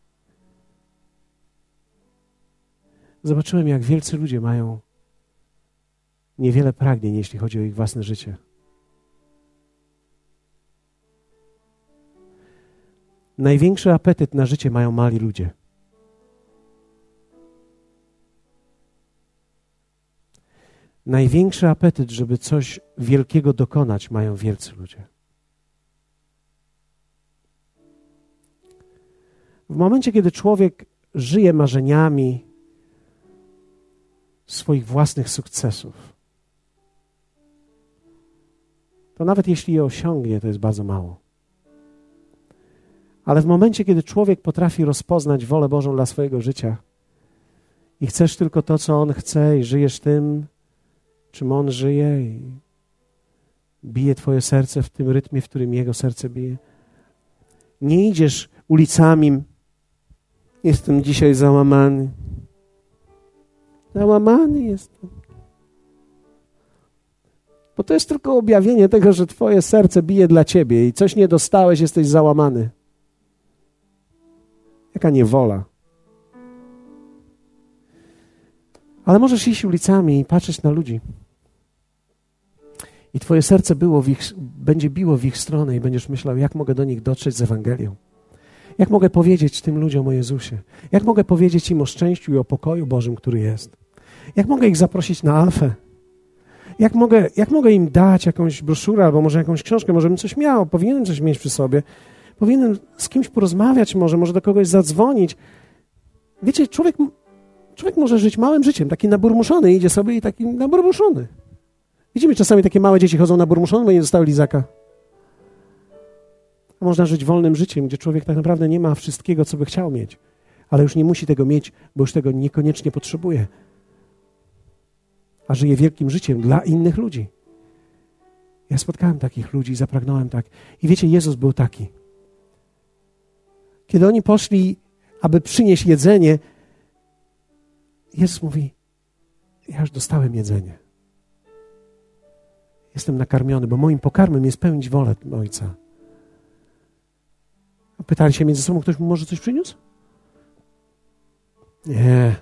Zobaczyłem, jak wielcy ludzie mają niewiele pragnień, jeśli chodzi o ich własne życie. Największy apetyt na życie mają mali ludzie. Największy apetyt, żeby coś wielkiego dokonać, mają wielcy ludzie. W momencie, kiedy człowiek żyje marzeniami swoich własnych sukcesów, to nawet jeśli je osiągnie, to jest bardzo mało. Ale w momencie, kiedy człowiek potrafi rozpoznać wolę Bożą dla swojego życia i chcesz tylko to, co On chce i żyjesz tym, czym On żyje i Bije twoje serce w tym rytmie, w którym Jego serce bije. Nie idziesz ulicami. Jestem dzisiaj załamany. Załamany jestem. Bo to jest tylko objawienie tego, że twoje serce bije dla ciebie i coś nie dostałeś, jesteś załamany. Jaka niewola. Ale możesz iść ulicami i patrzeć na ludzi. I twoje serce było w ich, będzie biło w ich stronę i będziesz myślał, jak mogę do nich dotrzeć z Ewangelią. Jak mogę powiedzieć tym ludziom o Jezusie? Jak mogę powiedzieć im o szczęściu i o pokoju Bożym, który jest? Jak mogę ich zaprosić na Alfę? Jak mogę, jak mogę im dać jakąś broszurę albo może jakąś książkę? Może bym coś miał, powinienem coś mieć przy sobie. Powinienem z kimś porozmawiać może, może do kogoś zadzwonić. Wiecie, człowiek, człowiek może żyć małym życiem, taki naburmuszony, idzie sobie i taki naburmuszony. Widzimy czasami takie małe dzieci chodzą naburmuszone, bo nie dostały lizaka. A można żyć wolnym życiem, gdzie człowiek tak naprawdę nie ma wszystkiego, co by chciał mieć, ale już nie musi tego mieć, bo już tego niekoniecznie potrzebuje. A żyje wielkim życiem dla innych ludzi. Ja spotkałem takich ludzi, zapragnąłem tak. I wiecie, Jezus był taki. Kiedy oni poszli, aby przynieść jedzenie, Jezus mówi, ja już dostałem jedzenie. Jestem nakarmiony, bo moim pokarmem jest pełnić wolę Ojca. A pytali się między sobą, ktoś mu może coś przyniósł? Nie.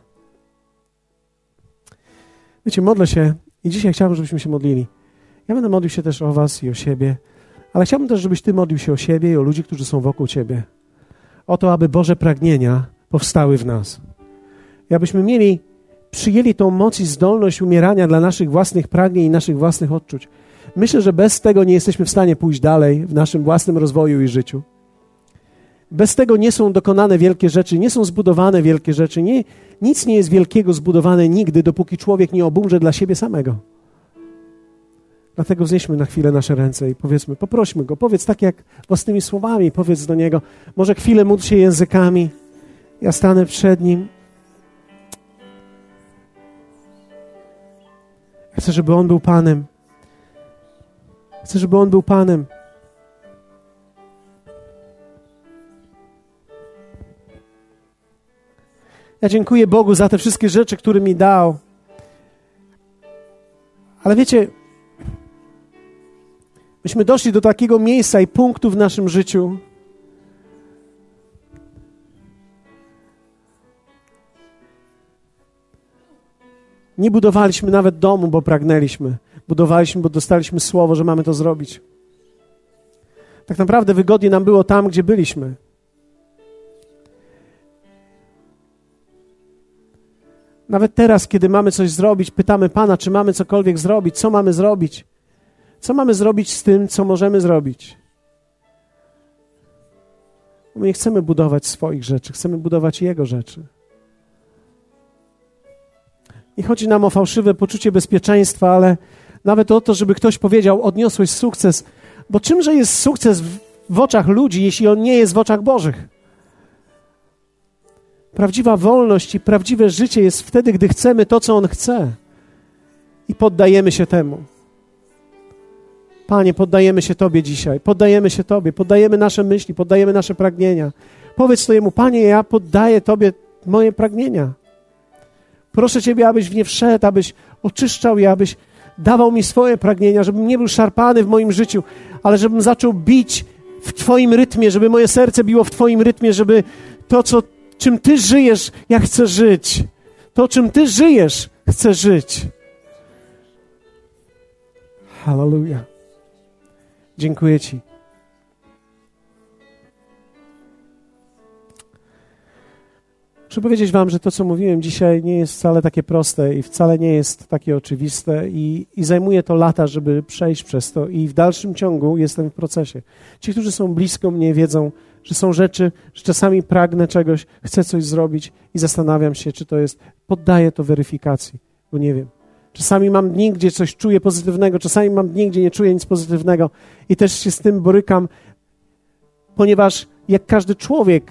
Wiecie, modlę się i dzisiaj chciałbym, żebyśmy się modlili. Ja będę modlił się też o was i o siebie, ale chciałbym też, żebyś ty modlił się o siebie i o ludzi, którzy są wokół ciebie. O to, aby Boże pragnienia powstały w nas. I abyśmy mieli, przyjęli tą moc i zdolność umierania dla naszych własnych pragnień i naszych własnych odczuć. Myślę, że bez tego nie jesteśmy w stanie pójść dalej w naszym własnym rozwoju i życiu. Bez tego nie są dokonane wielkie rzeczy, nie są zbudowane wielkie rzeczy. Nie, nic nie jest wielkiego zbudowane nigdy, dopóki człowiek nie obumrze dla siebie samego. Dlatego wznieśmy na chwilę nasze ręce i powiedzmy, poprośmy Go, powiedz tak jak własnymi słowami, powiedz do Niego. Może chwilę módl się językami, ja stanę przed Nim. Chcę, żeby On był Panem. Chcę, żeby On był Panem. Ja dziękuję Bogu za te wszystkie rzeczy, które mi dał. Ale wiecie, myśmy doszli do takiego miejsca i punktu w naszym życiu, nie budowaliśmy nawet domu, bo pragnęliśmy. Budowaliśmy, bo dostaliśmy słowo, że mamy to zrobić. Tak naprawdę wygodnie nam było tam, gdzie byliśmy. Nawet teraz, kiedy mamy coś zrobić, pytamy Pana, czy mamy cokolwiek zrobić, co mamy zrobić. Co mamy zrobić z tym, co możemy zrobić? My nie chcemy budować swoich rzeczy, chcemy budować Jego rzeczy. Nie chodzi nam o fałszywe poczucie bezpieczeństwa, ale nawet o to, żeby ktoś powiedział, odniosłeś sukces. Bo czymże jest sukces w, w oczach ludzi, jeśli on nie jest w oczach Bożych? Prawdziwa wolność i prawdziwe życie jest wtedy, gdy chcemy to, co On chce i poddajemy się temu. Panie, poddajemy się Tobie dzisiaj, poddajemy się Tobie, poddajemy nasze myśli, poddajemy nasze pragnienia. Powiedz to Jemu, Panie, ja poddaję Tobie moje pragnienia. Proszę Ciebie, abyś w nie wszedł, abyś oczyszczał je, abyś dawał mi swoje pragnienia, żebym nie był szarpany w moim życiu, ale żebym zaczął bić w Twoim rytmie, żeby moje serce biło w Twoim rytmie, żeby to, co, czym Ty żyjesz, ja chcę żyć. To, czym Ty żyjesz, chcę żyć. Halleluja. Dziękuję Ci. Muszę powiedzieć Wam, że to, co mówiłem dzisiaj, nie jest wcale takie proste i wcale nie jest takie oczywiste i, i zajmuje to lata, żeby przejść przez to i w dalszym ciągu jestem w procesie. Ci, którzy są blisko mnie, wiedzą, że są rzeczy, że czasami pragnę czegoś, chcę coś zrobić i zastanawiam się, czy to jest, poddaję to weryfikacji, bo nie wiem. Czasami mam dni, gdzie coś czuję pozytywnego, czasami mam dni, gdzie nie czuję nic pozytywnego i też się z tym borykam, ponieważ jak każdy człowiek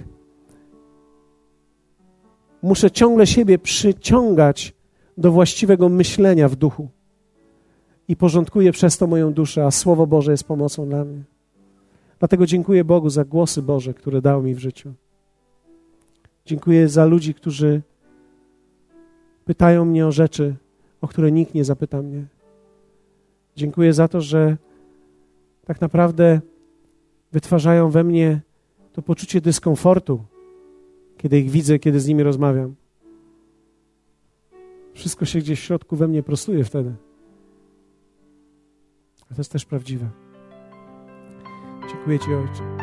muszę ciągle siebie przyciągać do właściwego myślenia w duchu. i porządkuję przez to moją duszę, a Słowo Boże jest pomocą dla mnie. Dlatego dziękuję Bogu za głosy Boże, które dał mi w życiu. Dziękuję za ludzi, którzy pytają mnie o rzeczy, o które nikt nie zapyta mnie. Dziękuję za to, że tak naprawdę wytwarzają we mnie to poczucie dyskomfortu, kiedy ich widzę, kiedy z nimi rozmawiam. Wszystko się gdzieś w środku we mnie prostuje wtedy. A to jest też prawdziwe. Dziękuję Ci, Ojcze.